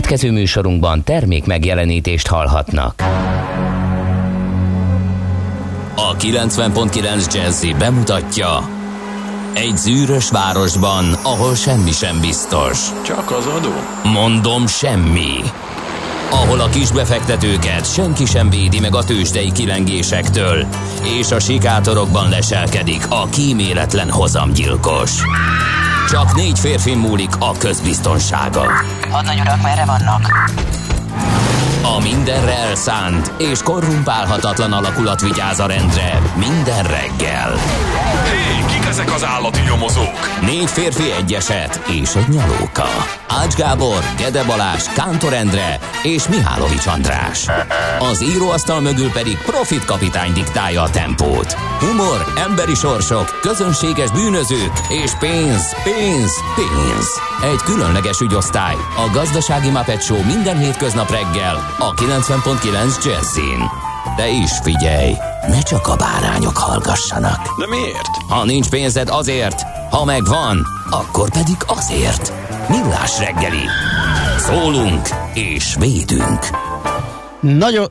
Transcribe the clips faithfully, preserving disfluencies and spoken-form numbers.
Következő műsorunkban termék megjelenítést hallhatnak. A kilencven pont kilenc Jazzy bemutatja: egy zűrös városban, ahol semmi sem biztos. Csak az adó? Mondom, semmi. Ahol a kisbefektetőket senki sem védi meg a tőzsdei kilengésektől, és a sikátorokban leselkedik a kíméletlen hozamgyilkos. Csak négy férfi múlik a közbiztonsága. Hadnagy urak, merre vannak? A mindenre elszánt és korrumpálhatatlan alakulat vigyáz a rendre minden reggel. Hé, kik ezek az állati nyomozók? Négy férfi, egy eset és egy nyalóka. Ács Gábor, Gede Balázs, Kántor Endre és Mihálovics András. Az íróasztal mögül pedig Profit kapitány diktálja a tempót. Humor, emberi sorsok, közönséges bűnözők és pénz, pénz, pénz. Egy különleges ügyosztály, a Gazdasági Muppet Show minden hétköznap reggel a kilencven pont kilenc Jazzin. De is figyelj, ne csak a bárányok hallgassanak. De miért? Ha nincs pénzed, azért, ha megvan, akkor pedig azért. Millás reggeli. Szólunk és védünk. Nagyon...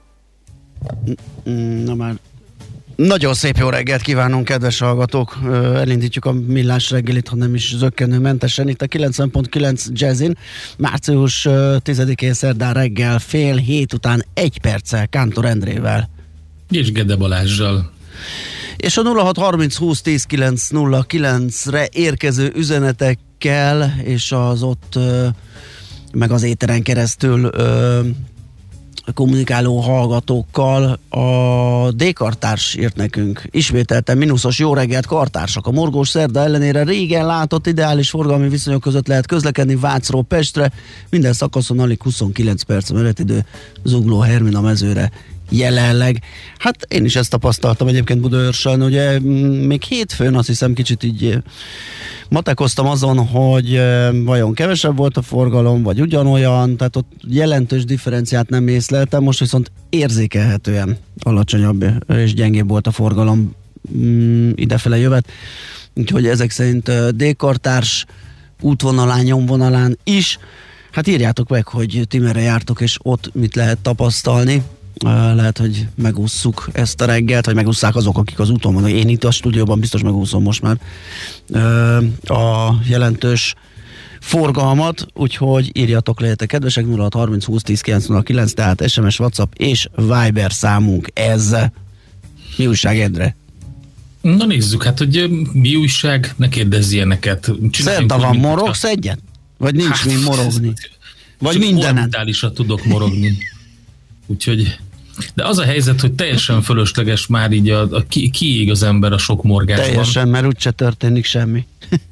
Na már... Nagyon szép jó reggelt kívánunk, kedves hallgatók! Elindítjuk a Millás reggelit, ha nem is zökkenőmentesen. Itt a kilencven pont kilenc Jazzin, március tizedikén szerdán reggel fél hét után egy perccel Kántor Endrével. És Gede Balázsral. És a nulla hat harminc húsz tíz kilenc nulla kilencre érkező üzenetekkel, és az ott meg az éteren keresztül kommunikáló hallgatókkal. A D-kartárs írt nekünk: ismételten mínuszos jó reggelt, kartársak! A morgós szerda ellenére régen látott ideális forgalmi viszonyok között lehet közlekedni Vácról Pestre, minden szakaszon alig huszonkilenc perc menetidő Zugló Hermina mezőre jelenleg. Hát én is ezt tapasztaltam egyébként Budaörsön, ugye még hétfőn azt hiszem kicsit így matekoztam azon, hogy vajon kevesebb volt a forgalom, vagy ugyanolyan, tehát ott jelentős differenciát nem észleltem, most viszont érzékelhetően alacsonyabb és gyengébb volt a forgalom mm, idefele jövet, úgyhogy ezek szerint D-kartárs útvonalán, nyomvonalán is. Hát írjátok meg, hogy ti merre jártok, és ott mit lehet tapasztalni. Lehet, hogy megússzuk ezt a reggelt, vagy megússzák azok, akik az úton vannak. Én itt a stúdióban biztos megúszom most már a jelentős forgalmat, úgyhogy írjatok, legyetek kedvesek, nulla hat harminc húsz tíz kilenc nulla kilenc, tehát es em es, WhatsApp és Viber számunk ez. Mi újság, Endre? Na nézzük, hát, hogy mi újság, ne kérdezz ilyeneket. Szerda van, morogsz egyet? Vagy nincs hát, mi morogni? Vagy mindenen? Orbitálisat tudok morogni. Úgyhogy, de az a helyzet, hogy teljesen fölösleges már így a, a ki, kiég az ember a sok morgásban. Teljesen, mert úgyse történik semmi.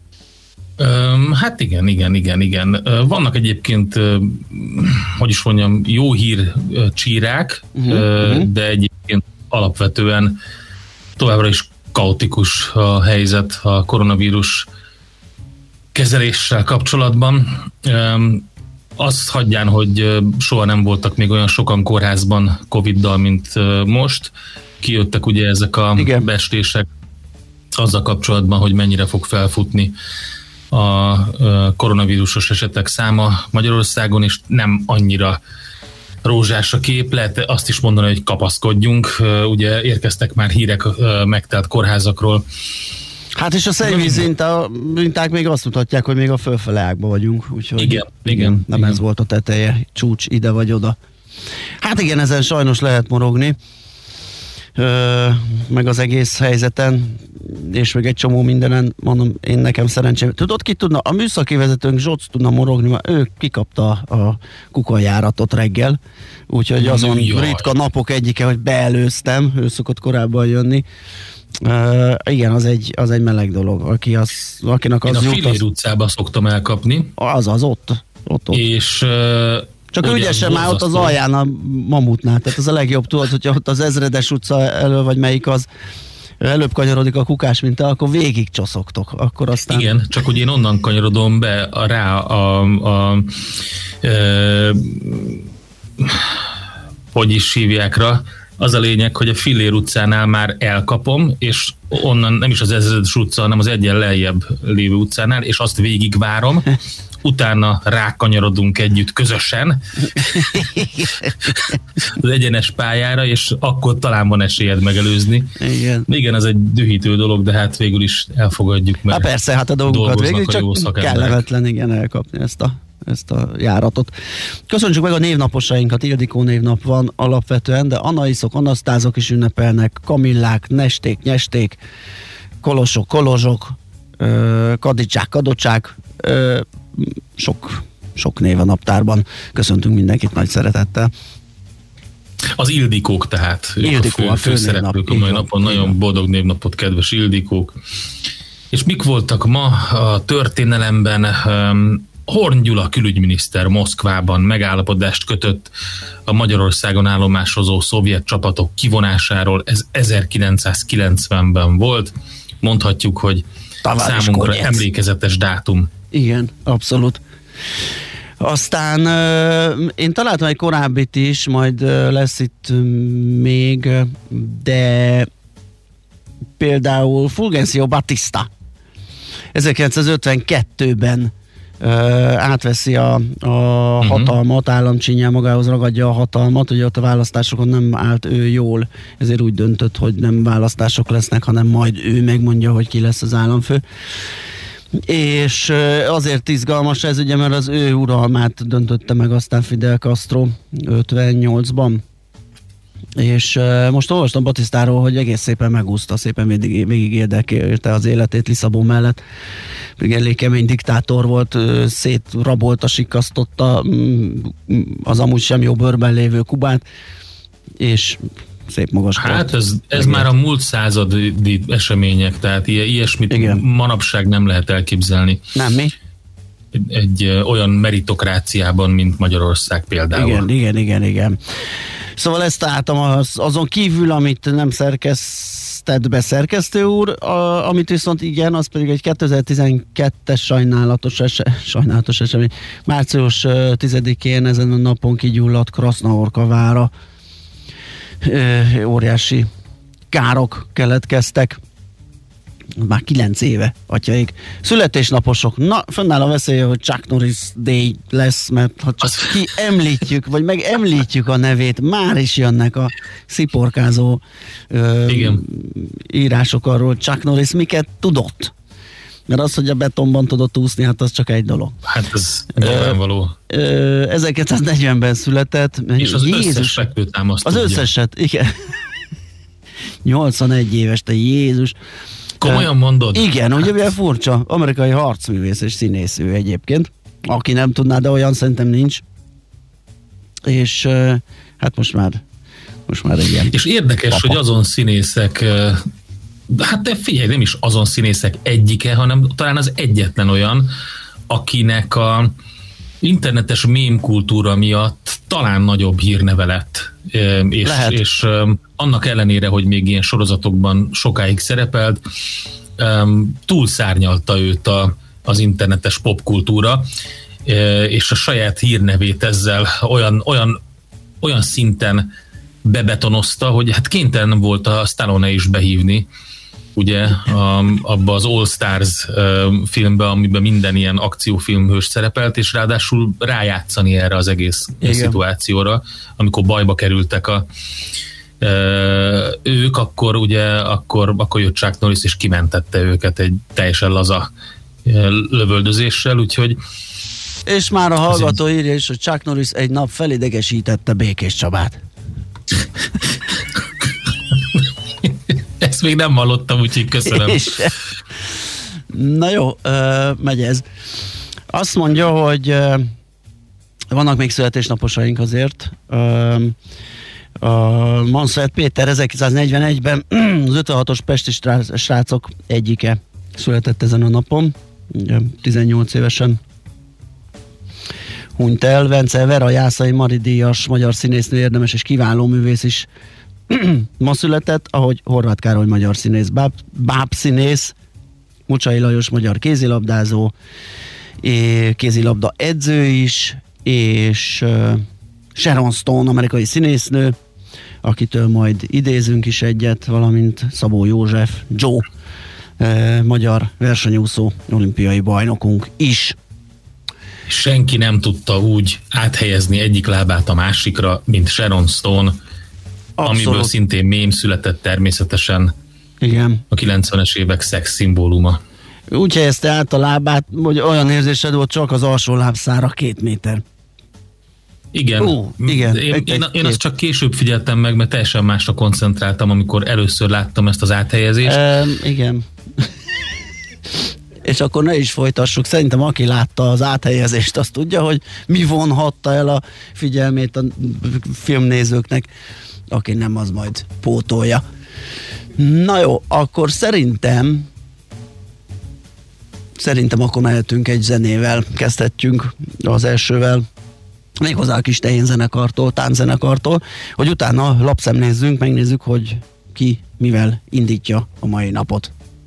Öm, hát igen, igen, igen, igen. Vannak egyébként, hogy is mondjam, jó hír csírák, uh-huh, de egyébként alapvetően továbbra is kaotikus a helyzet a koronavírus kezeléssel kapcsolatban. Öm, Azt hagyján, hogy soha nem voltak még olyan sokan kórházban Coviddal, mint most. Kijöttek ugye ezek a Igen. becslések azzal kapcsolatban, hogy mennyire fog felfutni a koronavírusos esetek száma Magyarországon, és nem annyira rózsás a kép. Lehet azt is mondani, hogy kapaszkodjunk. Ugye érkeztek már hírek megtelt kórházakról. Hát és a szennyvíz minták még azt mutatják, hogy még a fölfele ágba vagyunk. Úgyhogy igen, igen. Nem igen. ez volt a teteje, csúcs ide vagy oda. Hát igen, ezen sajnos lehet morogni. Ö, meg az egész helyzeten, és még egy csomó mindenen, mondom, én nekem szerencsém. Tudod, ki tudna? A műszaki vezetőnk Zsoc tudna morogni, mert ő kikapta a kukajáratot reggel, úgyhogy azon Jaj. ritka napok egyike, hogy beelőztem, ő szokott korábban jönni. Uh, igen, az egy, az egy meleg dolog. Aki az, akinek az Én a jut, Fillér az... utcába szoktam elkapni. Az az, ott. ott, ott. És... Uh, Csak ügyesen már ott az alján a Mamutnál. Tehát az a legjobb, tudod, hogyha ott az Ezredes utca elől, vagy melyik az, előbb kanyarodik a kukás minta, akkor végig csoszogtok. Akkor aztán... Igen, csak hogy én onnan kanyarodom be a, rá a... a, a e, hogy is hívják rá. Az a lényeg, hogy a Fillér utcánál már elkapom, és onnan nem is az Ezredes utca, hanem az egyen lejjebb lévő utcánál, és azt végigvárom, utána rákanyarodunk együtt közösen az egyenes pályára, és akkor talán van esélyed megelőzni. Igen. Igen, ez egy dühítő dolog, de hát végül is elfogadjuk meg. Hát persze, hát a dolgokat végül csak kellemetlen, igen, elkapni ezt a, ezt a járatot. Köszönjük meg a névnaposainkat, Ildikó névnap van alapvetően, de anaiszok, anasztázok is ünnepelnek, kamillák, nesték, nyesték, kolosok, kolozsok, kadicsák, kadocsák, sok, sok név a naptárban. Köszöntünk mindenkit nagy szeretettel. Az Ildikók tehát. Ildikó, a fő, főszereplők a mai napon. Nagyon boldog névnapot, kedves Ildikók. És mik voltak ma a történelemben? Horn Gyula külügyminiszter Moszkvában megállapodást kötött a Magyarországon állomásozó szovjet csapatok kivonásáról. Ez ezerkilencszázkilencvenben volt. Mondhatjuk, hogy Tavár számunkra emlékezetes dátum. Igen, abszolút. Aztán euh, én találtam egy korábbit is, majd euh, lesz itt még, de például Fulgencio Batista ezerkilencszázötvenkettőben uh, átveszi a, a uh-huh. hatalmat, államcsínnyel magához ragadja a hatalmat, ugye ott a választásokon nem állt ő jól, ezért úgy döntött, hogy nem választások lesznek, hanem majd ő megmondja, hogy ki lesz az államfő. És azért izgalmas ez, ugye, mert az ő uralmát döntötte meg aztán Fidel Castro ötvennyolcban. És uh, most olvastam Batistáról, hogy egész szépen megúszta, szépen végig, végig érdekelte az életét Lisszabon mellett. Elég kemény diktátor volt, uh, szétrabolta, sikasztotta az amúgy sem jó bőrben lévő Kubát, és szép magas. Hát ez, ez már a múlt századi események, tehát ilyesmit igen. manapság nem lehet elképzelni. Nem, mi? Egy, egy olyan meritokráciában, mint Magyarország például. Igen, igen, igen, igen. Szóval ezt találtam az, azon kívül, amit nem szerkesztett be szerkesztő úr, a, amit viszont igen, az pedig egy kétezer-tizenkettes sajnálatos, ese, sajnálatos esemény. Március tizedikén ezen a napon kigyulladt Krasznaorka vára. Ö, óriási károk keletkeztek. Már kilenc éve, atyaik. Születésnaposok. Na, fönnáll a veszélye, hogy Chuck Norris Day lesz, mert ha csak ki említjük, vagy meg említjük a nevét, már is jönnek a sziporkázó ö, írások arról, Chuck Norris miket tudott. Mert az, hogy a betonban tudott úszni, hát az csak egy dolog. Hát ez nyilvánvaló. ezerkilencszáznegyvenben született. És az Jézus, összes fekvőtámaszt Az összeset, igen. nyolcvanegy éves, te Jézus. Komolyan mondod? Igen, hát. Ugye milyen furcsa. Amerikai harcművész és színész ő egyébként. Aki nem tudná, de olyan szerintem nincs. És hát most már most már egy ilyen És érdekes, papa. Hogy azon színészek, hát de figyelj, nem is azon színészek egyike, hanem talán az egyetlen olyan, akinek a internetes mém kultúra miatt talán nagyobb hírneve lett. És, és annak ellenére, hogy még ilyen sorozatokban sokáig szerepelt, túlszárnyalta őt a, az internetes popkultúra, és a saját hírnevét ezzel olyan, olyan, olyan szinten bebetonozta, hogy hát kénytelen volt a Stallone is behívni, ugye, abba az All Stars filmbe, amiben minden ilyen akciófilmhős szerepelt, és ráadásul rájátszani erre az egész igen. szituációra, amikor bajba kerültek a ők, akkor ugye, akkor, akkor jött Chuck Norris, és kimentette őket egy teljesen laza lövöldözéssel, úgyhogy és már a hallgató írja is, hogy Chuck Norris egy nap felidegesítette Békés Csabát. Ezt még nem hallottam, úgyhogy köszönöm. Na jó, megy ez. Azt mondja, hogy vannak még születésnaposaink azért. A Manszert Péter ezerkilencszáznegyvenegyben az ötvenhatos pesti srácok egyike született ezen a napon. tizennyolc évesen hunyt el. Vence Vera, Jászai Mari díjas magyar színésznő, érdemes és kiváló művész is ma született, ahogy Horváth Károly magyar színész, báb, bábszínész, Mucsai Lajos magyar kézilabdázó, kézilabda edző is, és uh, Sharon Stone amerikai színésznő, akitől majd idézünk is egyet, valamint Szabó József, Joe, uh, magyar versenyúszó, olimpiai bajnokunk is. senki nem tudta úgy áthelyezni egyik lábát a másikra, mint Sharon Stone, Abszolút. Amiből szintén mém született természetesen. Igen. A kilencvenes évek szex szimbóluma. Úgy helyezte át a lábát, hogy olyan érzésed volt, csak az alsó lábszára két méter. Igen. Ó, igen. Én, egy, én, én azt csak később figyeltem meg, mert teljesen másra koncentráltam, amikor először láttam ezt az áthelyezést. E, igen. És akkor ne is folytassuk. Szerintem aki látta az áthelyezést, azt tudja, hogy mi vonhatta el a figyelmét a filmnézőknek. Aki nem, az majd pótolja. Na jó, akkor szerintem szerintem akkor mehetünk egy zenével, kezdhetjünk az elsővel, méghozzá a kis tehén zenekartól, tánczenekartól, hogy utána lapszemlézzünk, megnézzük, hogy ki mivel indítja a mai napot.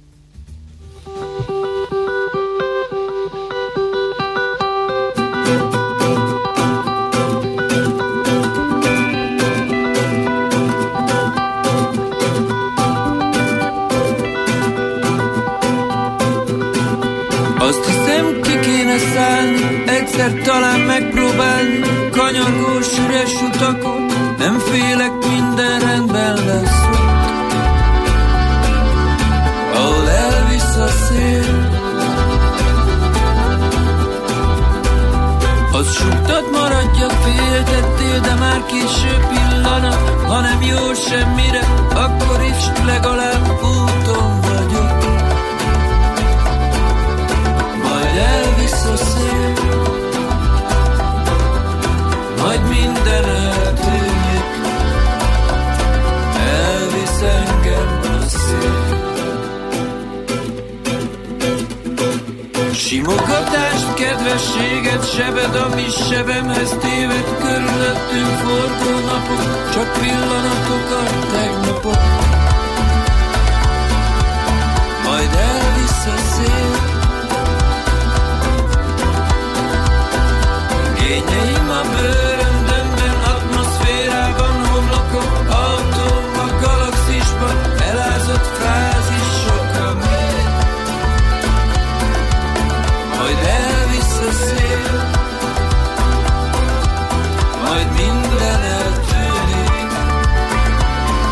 Azt hiszem, ki kéne szállni, egyszer talán megpróbálni, kanyargós üres utakon, nem félek, minden rendben lesz ott, ahol elvisz a szél. Az suktat, maradjak, féltettél, de már késő pillanat, ha nem jó semmire, akkor is legalább úton vagyok. Elvisz a szél, majd minden eltűnik, elvisz engem a szél. Simogatást, kedvességet, sebed, ami sebemhez téved, körülöttünk forgó napok, csak pillanatok a tegnapok, majd elvisz a szél. Kényeim a bőröndömben, atmoszférában, homlokon, autóm a galaxisban, elázott frázisok, ami majd elvisz a szél, majd minden eltűnik,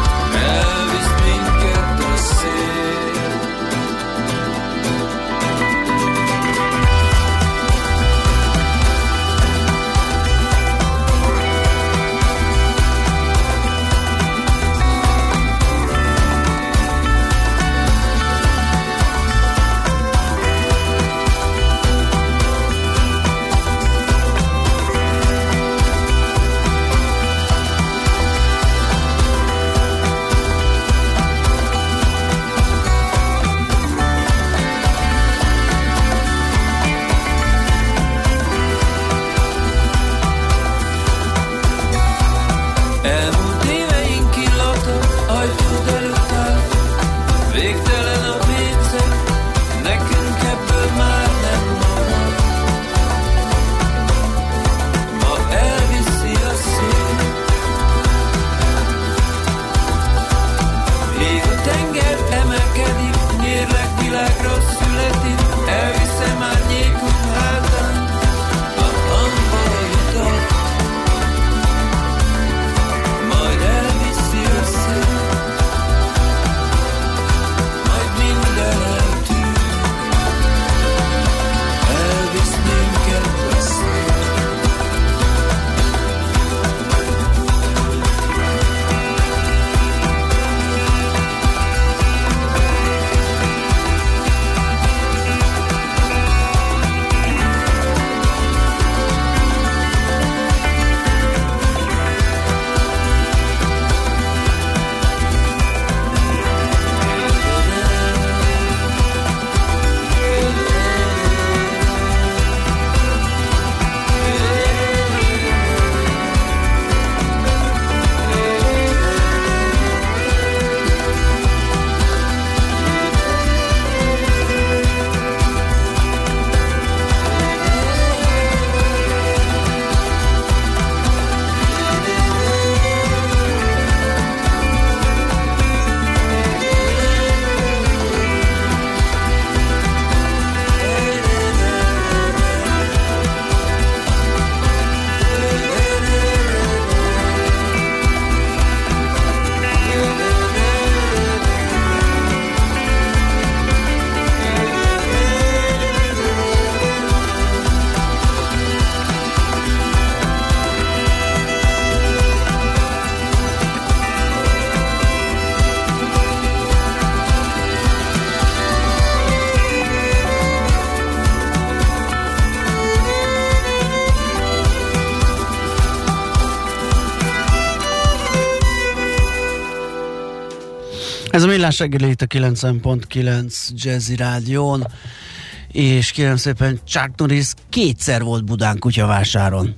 Ez a Millás reggeli itt a kilencven pont kilenc Jazzy Rádión, és kérem szépen, Chuck Norris kétszer volt Budán kutyavásáron.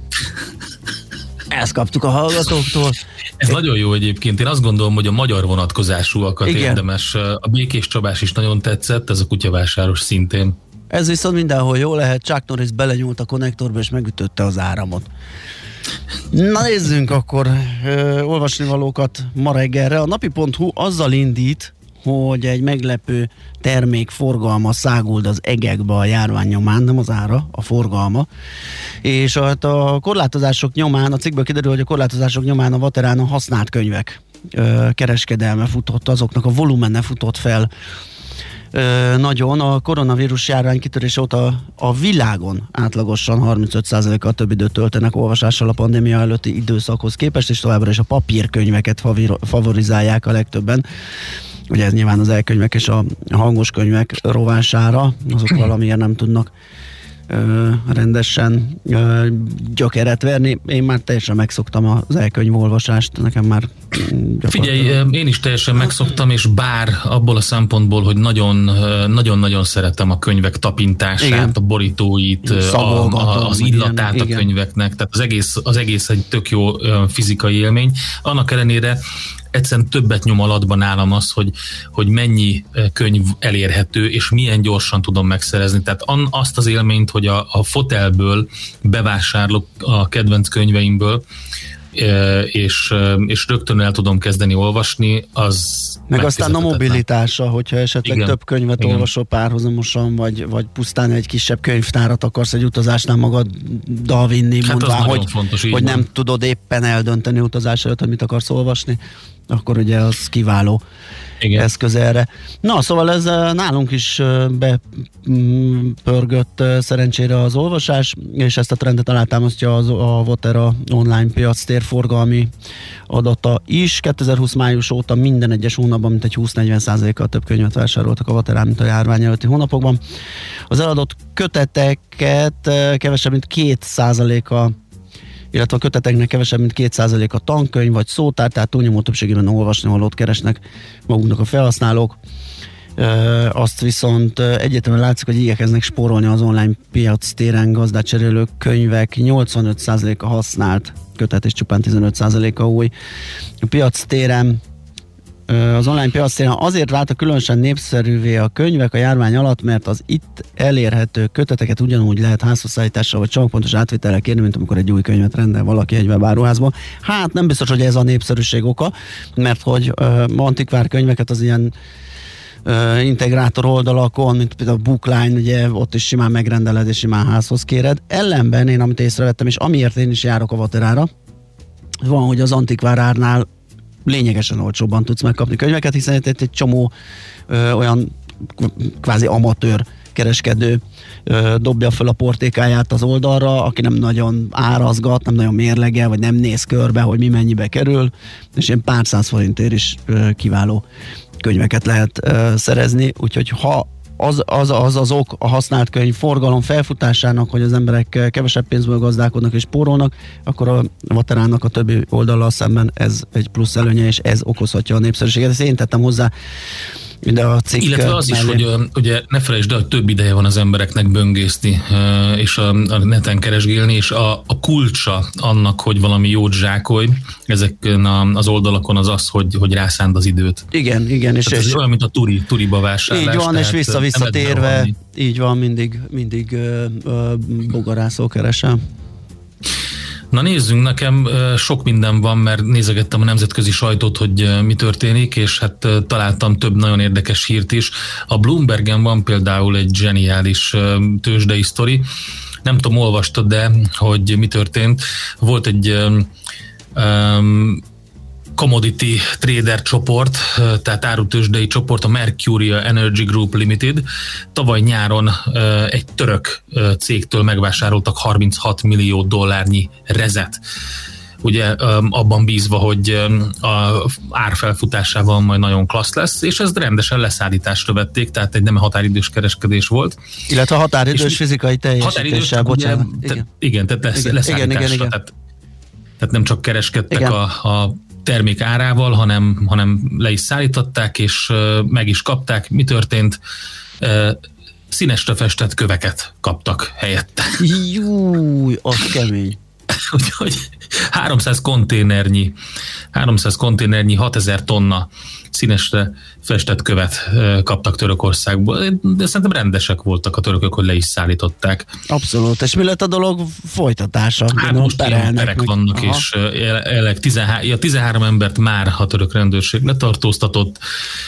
Ezt kaptuk a hallgatóktól. Ez nagyon jó egyébként. Én azt gondolom, hogy a magyar vonatkozásúakat Igen. érdemes. A Békés Csabás is nagyon tetszett, ez a kutyavásáros szintén. Ez viszont mindenhol jó lehet. Chuck Norris belenyúlt a konnektorba és megütötte az áramot. Na nézzünk akkor ö, olvasnivalókat ma reggelre. A napi pont hu azzal indít, hogy egy meglepő termék forgalma száguld az egekbe a járvány nyomán, nem az ára, a forgalma. És hát a korlátozások nyomán, a cikkből kiderül, hogy a korlátozások nyomán a Vaterán a használt könyvek ö, kereskedelme futott, azoknak a volumene futott fel Ö, nagyon. A koronavírus járvány kitörés óta a világon átlagosan harmincöt százalékkal több időt töltenek olvasással a pandémia előtti időszakhoz képest, és továbbra is a papírkönyveket favir- favorizálják a legtöbben. Ugye ez nyilván az elkönyvek és a hangos könyvek rovására, azok valamiért nem tudnak ö, rendesen ö, gyökeret verni. Én már teljesen megszoktam az elkönyvolvasást, nekem már Figyelj, én is teljesen megszoktam, és bár abból a szempontból, hogy nagyon, nagyon-nagyon szeretem a könyvek tapintását, igen. a borítóit, a, a, az illatát igen, a könyveknek, tehát az egész, az egész egy tök jó fizikai élmény. Annak ellenére egyszerűen többet nyom alatban nálam az, hogy, hogy mennyi könyv elérhető, és milyen gyorsan tudom megszerezni. Tehát azt az élményt, hogy a, a fotelből bevásárlok a kedvenc könyveimből, és, és rögtön el tudom kezdeni olvasni, az meg aztán a mobilitása, hogyha esetleg igen, több könyvet igen. olvasol párhuzamosan, vagy, vagy pusztán egy kisebb könyvtárat akarsz egy utazásnál magaddal vinni, hát mondván, hogy, fontos, hogy nem tudod éppen eldönteni utazás előtt, hogy mit akarsz olvasni, akkor ugye az kiváló igen. eszköz erre. Na, szóval ez nálunk is bepörgött szerencsére az olvasás, és ezt a trendet alátámasztja az, a Votera online piac térforgalmi adata is. kétezer-húsz május óta minden egyes hónapban mintegy húsz-negyven százalékkal több könyvet vásároltak a Voterán, mint a járvány előtti hónapokban. Az eladott köteteket kevesebb, mint két százaléka illetve a köteteknek kevesebb, mint két százalék a tankönyv vagy szótár, tehát túlnyomó többségében olvasnivalót keresnek maguknak a felhasználók. E, azt viszont egyetemen látszik, hogy igyekeznek spórolni az online piac téren gazdát cserélő könyvek. nyolcvanöt százaléka használt kötet és csupán tizenöt százaléka új. A piac téren az online piac téren azért váltak különösen népszerűvé a könyvek a járvány alatt, mert az itt elérhető köteteket ugyanúgy lehet házhozszállítással vagy csomagpontos átvétellel kérni, mint amikor egy új könyvet rendel valaki egy webáruházba. Hát nem biztos, hogy ez a népszerűség oka, mert hogy uh, antikvár könyveket az ilyen uh, integrátor oldalakon, mint például a Bookline, ugye ott is simán megrendeled és simán házhoz kéred. Ellenben én, amit észrevettem, és amiért én is járok a Vaterára, van, hogy az antikvárárnál lényegesen olcsóbban tudsz megkapni könyveket, hiszen itt egy csomó ö, olyan kvázi amatőr kereskedő ö, dobja fel a portékáját az oldalra, aki nem nagyon árazgat, nem nagyon mérlegel, vagy nem néz körbe, hogy mi mennyibe kerül, és ilyen pár száz forintért is ö, kiváló könyveket lehet ö, szerezni, úgyhogy ha az az, az az ok a használt könyv forgalom felfutásának, hogy az emberek kevesebb pénzből gazdálkodnak és spórolnak, akkor a Vaterának a többi oldallal szemben ez egy plusz előnye, és ez okozhatja a népszerűséget. Ezt én tettem hozzá ide a cikk. Illetve az mellé. Is, hogy ugye ne felejtsd el, hogy több ideje van az embereknek böngészni, és a, a neten keresgélni, és a, a kulcsa annak, hogy valami jót zsákolj ezeken az oldalakon az az, hogy, hogy rászánd az időt. Igen, igen. És, és ez olyan, mint a turi, turiba vásárlás. Így van, és vissza-vissza térve, így van, mindig, mindig ö, ö, bogarászó keresem. Na nézzünk, nekem sok minden van, mert nézegettem a nemzetközi sajtót, hogy mi történik, és hát találtam több nagyon érdekes hírt is. A Bloombergen van például egy zseniális tőzsdei sztori. Nem tudom, olvastad, de hogy mi történt. Volt egy um, commodity trader csoport, tehát árutőzsdei csoport, a Mercuria Energy Group Limited. Tavaly nyáron egy török cégtől megvásároltak harminchat millió dollárnyi rezet. Ugye abban bízva, hogy a árfelfutásával majd nagyon klassz lesz, és ezt rendesen leszállításra vették, tehát egy nem határidős kereskedés volt. Illetve határidős fizikai teljesítéssel, bocsánat. Ugye, igen, igen, tehát lesz, igen, leszállításra. Igen, igen, igen. Tehát, tehát nem csak kereskedtek a, a termék árával, hanem, hanem le is szállították, és meg is kapták. Mi történt? Színesre festett köveket kaptak helyette. Júj, az kemény. Úgyhogy háromszáz konténernyi, háromszáz konténernyi hatezer tonna színesre festett követ kaptak Törökországból. De szerintem rendesek voltak a törökök, hogy le is szállították. Abszolút. És mi lett a dolog folytatása? Hát most perelnek, perek meg. vannak, aha. És jelenleg tizenhárom, tizenhárom embert már a török rendőrség letartóztatott,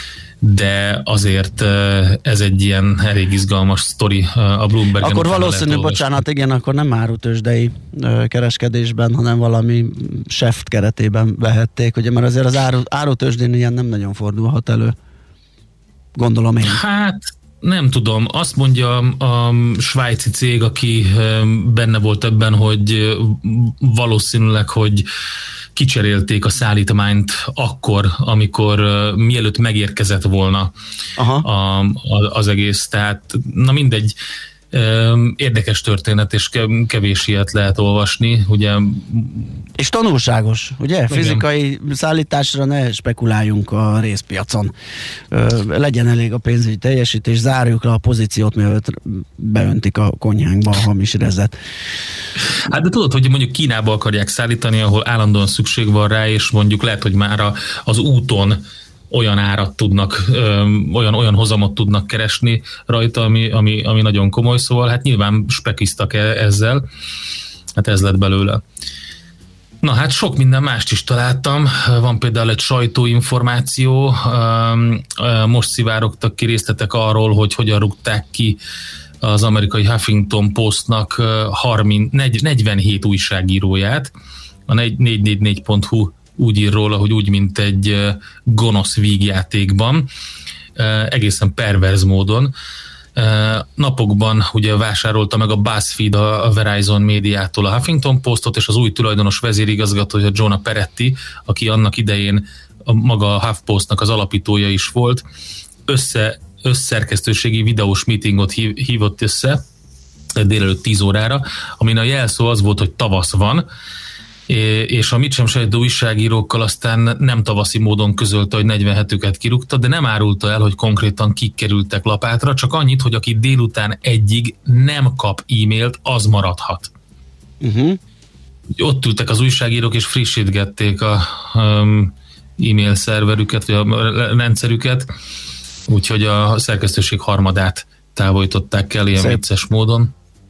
de azért ez egy ilyen elég izgalmas sztori a Bloombergen. Akkor valószínű, bocsánat, igen, akkor nem árutőzsdei kereskedésben, hanem valami seft keretében vehették, ugye, mert azért az áru, árutőzsdén ilyen nem nagyon fordulhat elő. Gondolom én. Hát nem tudom, azt mondja a svájci cég, aki benne volt ebben, hogy valószínűleg, hogy kicserélték a szállítmányt akkor, amikor uh, mielőtt megérkezett volna a, a, az egész. Tehát, na mindegy, um, érdekes történet, és kevés ilyet lehet olvasni, ugye. És tanulságos, ugye? Igen. Fizikai szállításra ne spekuláljunk a részpiacon. Ö, legyen elég a pénzügyi teljesítés, zárjuk le a pozíciót, mielőtt beöntik a konyhánkba a hamis rezet. Hát de tudod, hogy mondjuk Kínába akarják szállítani, ahol állandóan szükség van rá, és mondjuk lehet, hogy már a, az úton olyan árat tudnak, öm, olyan, olyan hozamot tudnak keresni rajta, ami, ami, ami nagyon komoly, szóval hát nyilván spekiztak ezzel, hát ez lett belőle. Na hát sok minden mást is találtam, van például egy sajtóinformáció, most szivárogtak ki részletek arról, hogy hogyan rúgták ki az amerikai Huffington Postnak harminc, negyvenhét újságíróját. A négy négy négy pont hu úgy ír róla, hogy úgy, mint egy gonosz vígjátékban, egészen perverz módon. Napokban ugye vásárolta meg a BuzzFeed a Verizon médiától a Huffington Postot, és az új tulajdonos vezérigazgatója Jonah Peretti, aki annak idején a maga a HuffPostnak az alapítója is volt, össze összszerkesztőségi videós meetingot hív, hívott össze délelőtt tíz órára, amin a jelszó az volt, hogy tavasz van, és a mit sem sejtő újságírókkal aztán nem tavaszi módon közölte, hogy negyvenhetüket kirúgta, de nem árulta el, hogy konkrétan kik kerültek lapátra, csak annyit, hogy aki délután egyig nem kap e-mailt, az maradhat. Uh-huh. Ott ültek az újságírók, és frissítgették a um, e-mail szerverüket, vagy a rendszerüket, úgyhogy a szerkesztőség harmadát távolították el ilyen Szép. vicces módon.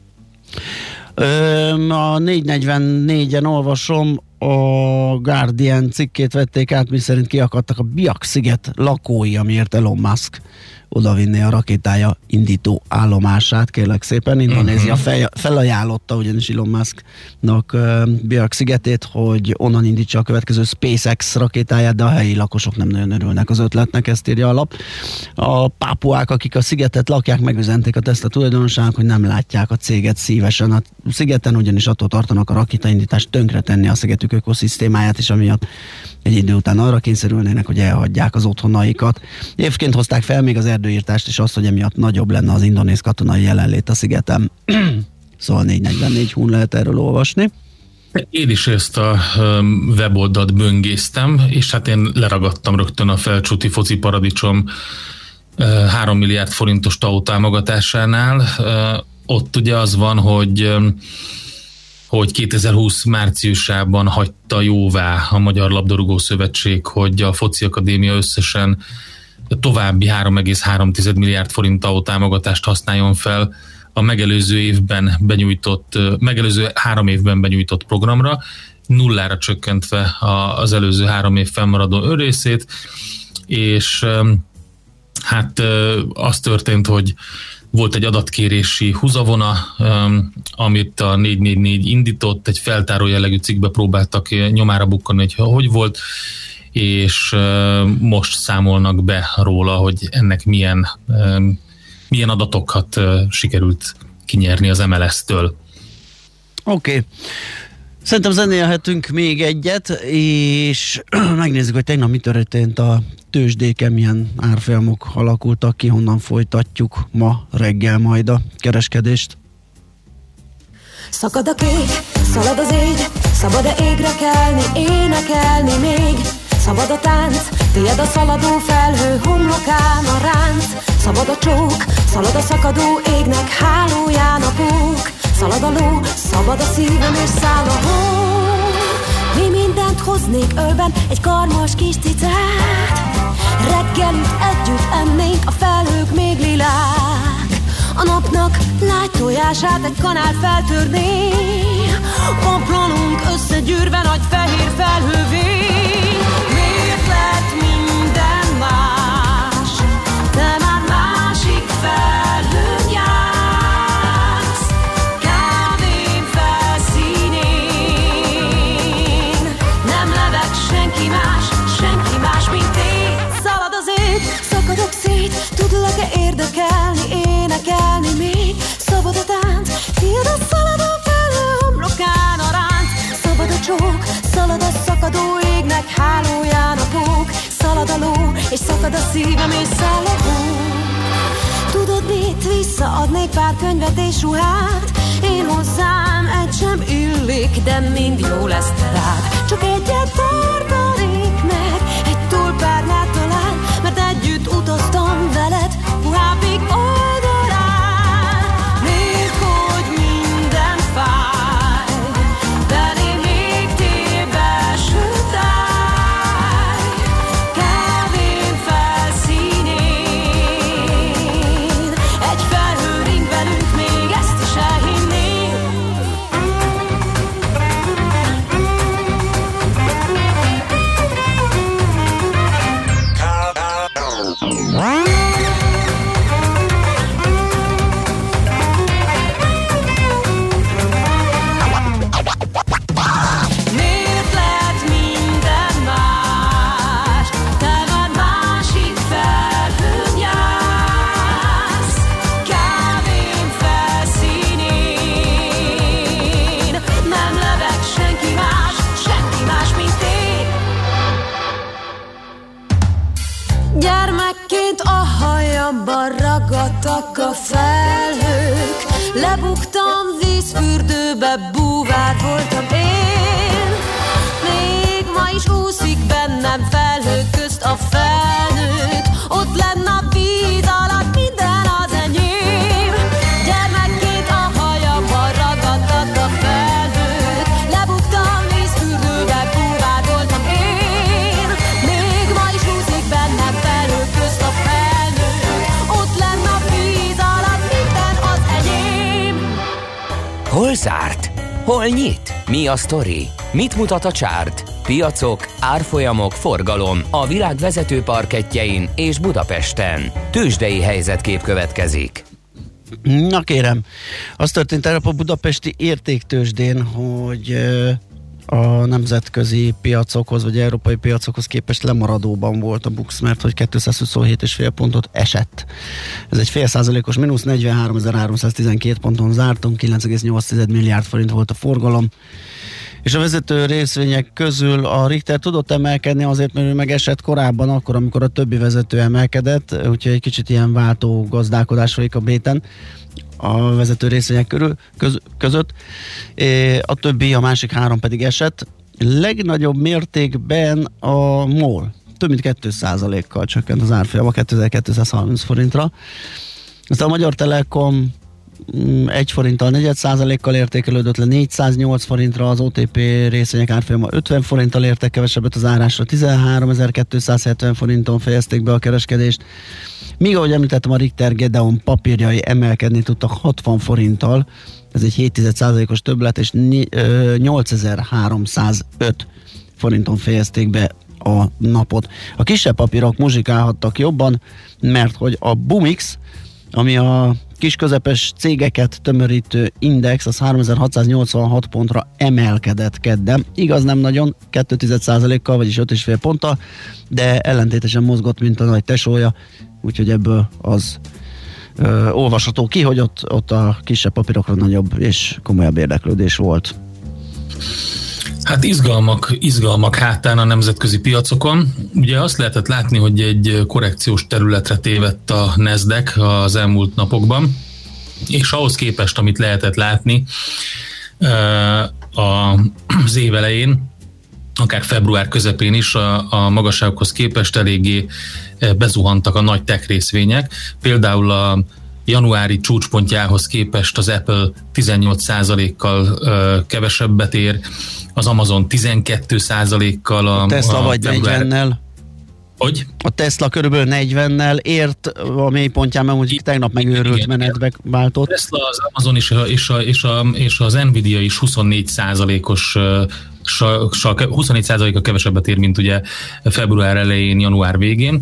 Ö, a négyszáznegyvennégyen olvasom, a Guardian cikkét vették át, miszerint kiakadtak a Biak-sziget lakói, amiért Elon Musk odavinné a rakétája indító állomását, kérlek szépen. Indonézia fel, felajánlotta ugyanis Elon Musknak uh, Biak-szigetét, hogy onnan indítsa a következő SpaceX rakétáját, de a helyi lakosok nem nagyon örülnek az ötletnek, ezt írja a lap. A pápuák, akik a szigetet lakják, megüzenték a Tesla tulajdonosának, hogy nem látják a céget szívesen a szigeten, ugyanis attól tartanak, a rakétaindítást tönkretenni a szigetük ökoszisztémáját, és amiatt egy idő után arra kényszerülnének, hogy elhagyják az otthonaikat. Évként hozták fel még az erdőírtást, és azt, hogy emiatt nagyobb lenne az indonéz katonai jelenlét a szigeten. Szóval négy negyvennégy hún lehet erről olvasni. Én is ezt a um, weboldalt böngésztem, és hát én leragadtam rögtön a Felcsúti foci paradicsom uh, három milliárd forintos té á u támogatásánál. Uh, ott ugye az van, hogy um, hogy kétezer-húsz márciusában hagyta jóvá a Magyar Labdarúgó Szövetség, hogy a Foci Akadémia összesen további három egész három milliárd forint té á u támogatást használjon fel a megelőző évben benyújtott, megelőző három évben benyújtott programra, nullára csökkentve az előző három év fennmaradó önrészét, és hát az történt, hogy volt egy adatkérési húzavona, amit a négy négy négy indított, egy feltáró jellegű cikkbe próbáltak nyomára bukkanni, hogy hogy volt, és most számolnak be róla, hogy ennek milyen, milyen adatokat sikerült kinyerni az em el es-től. Oké. Okay. Szerintem zenélhetünk még egyet, és megnézzük, hogy tegnap mi történt a tőzsdéken, milyen árfolyamok alakultak ki, honnan folytatjuk ma reggel majd a kereskedést. Szakad a kép, szalad az ég, Szabad-e égre kelni, énekelni még? Szabad a tánc, tiéd a szaladó felhő homlokán a ránc. Szabad a csók, szalad a szakadó égnek hálóján a pók. Szalad a ló, szabad a szívem és száll a hó. Mi mindent hoznék ölben, egy karmas kis cicát. Reggelüt együtt ennénk, a felhők még lilák. A napnak lágy tojását egy kanál feltörné. Pomplanunk összegyűrve nagy fehér felhővé. Miért lett minden más? Te már másik felhőn jársz. Kávén felszínén nem leveg senki más, senki más, mint én. Szalad az ég, szakadok szét, tudlak-e érdekelni, énekelni még? Szabad a tánc, tiéd a szaladó felhő homlokán a ránc. Szabad a csók, szalad a szakadó égnek hálóján a pók. Szalad a ló, és szakad a szívem és száll a hó. Tudod mit, visszaadnék pár könyvet és ruhát. Én hozzám egy sem illik, de mind jó lesz rád. Csak egyet tartanék meg, egy túlpárnyát talán, mert együtt utaztam veled puhábbig oldalán. Miért, hogy minden fáj, belém még téveső táj. Kávén felszínén egy felhő ring velünk, még ezt is elhinném. Miért lett minden más? Te már másik felhőn jársz. Kávén felszínén nem leveg senki más, senki más, mint én. Gyermekként a hajamban ragadtak a felhők. Lebuktam vízfürdőbe, búvár voltam én. Még ma is úszik bennem felhők közt a felnőtt. Ott lenne a víz alatt minden az enyém. Gyermekként a hajamban ragadtak a felhők. Lebuktam vízfürdőbe, búvár voltam én. Még ma is úszik bennem felhők közt a felnőtt. Ott lenne a víz alatt minden az enyém. Hol zárt? Hol nyit? Mi a sztori? Mit mutat a csárt? Piacok, árfolyamok, forgalom a világ vezető parkettjein és Budapesten. Tőzsdei helyzetkép következik. Na kérem, az történt tegnap a budapesti értéktőzsdén, hogy ö, a nemzetközi piacokhoz, vagy európai piacokhoz képest lemaradóban volt a BUX, mert hogy kétszázhuszonhét egész öt pontot esett. Ez egy fél százalékos mínusz, negyvenháromezer-háromszáztizenkét ponton zártunk, kilenc egész nyolc milliárd forint volt a forgalom. És a vezető részvények közül a Richter tudott emelkedni azért, mert ő meg esett korábban, akkor, amikor a többi vezető emelkedett, úgyhogy egy kicsit ilyen váltó gazdálkodás folyik a béten a vezető részvények körül, köz, között. A többi, a másik három pedig esett. Legnagyobb mértékben a MOL. Több mint két százalékkal csökkent az árfolyama kétezer-kétszázharminc forintra. Aztán a Magyar Telekom egy forinttal negyed százalékkal értékelődött le négyszáznyolc forintra, az o té pé részvények árfolyama ötven forinttal értek kevesebbet az árásra, tizenháromezer-kétszázhetven forinton fejezték be a kereskedést. Míg ahogy említettem, a Richter Gedeon papírjai emelkedni tudtak hatvan forinttal, ez egy hét egész egy százalékos többlet, és nyolcezer-háromszázöt forinton fejezték be a napot. A kisebb papírok muzsikálhattak jobban, mert hogy a Bumix, ami a kis-közepes cégeket tömörítő index, az háromezer-hatszáznyolcvanhat pontra emelkedett kedden. Igaz, nem nagyon, két százalékkal, vagyis öt egész öt ponttal, de ellentétesen mozgott, mint a nagy tesója, úgyhogy ebből az ö, olvasható ki, hogy ott, ott a kisebb papírokra nagyobb és komolyabb érdeklődés volt. Hát izgalmak, izgalmak hátán a nemzetközi piacokon. Ugye azt lehetett látni, hogy egy korrekciós területre tévedt a Nasdaq az elmúlt napokban, és ahhoz képest, amit lehetett látni, a, az év elején, akár február közepén is a, a magasságokhoz képest eléggé bezuhantak a nagy tech részvények. Például a januári csúcspontjához képest az Apple tizennyolc százalékkal kevesebbet ér, az Amazon tizenkét százalékkal, a, a Tesla a vagy február... negyvennel. Hogy? A Tesla körülbelül negyvennel ért a mélypontján, mert mondjuk tegnap megőrült igen, menetbe váltott. A Tesla, az Amazon és, a, és, a, és, a, és az Nvidia is huszonnégy százalékos huszonnégy százaléka kevesebbet ér, mint ugye február elején, január végén.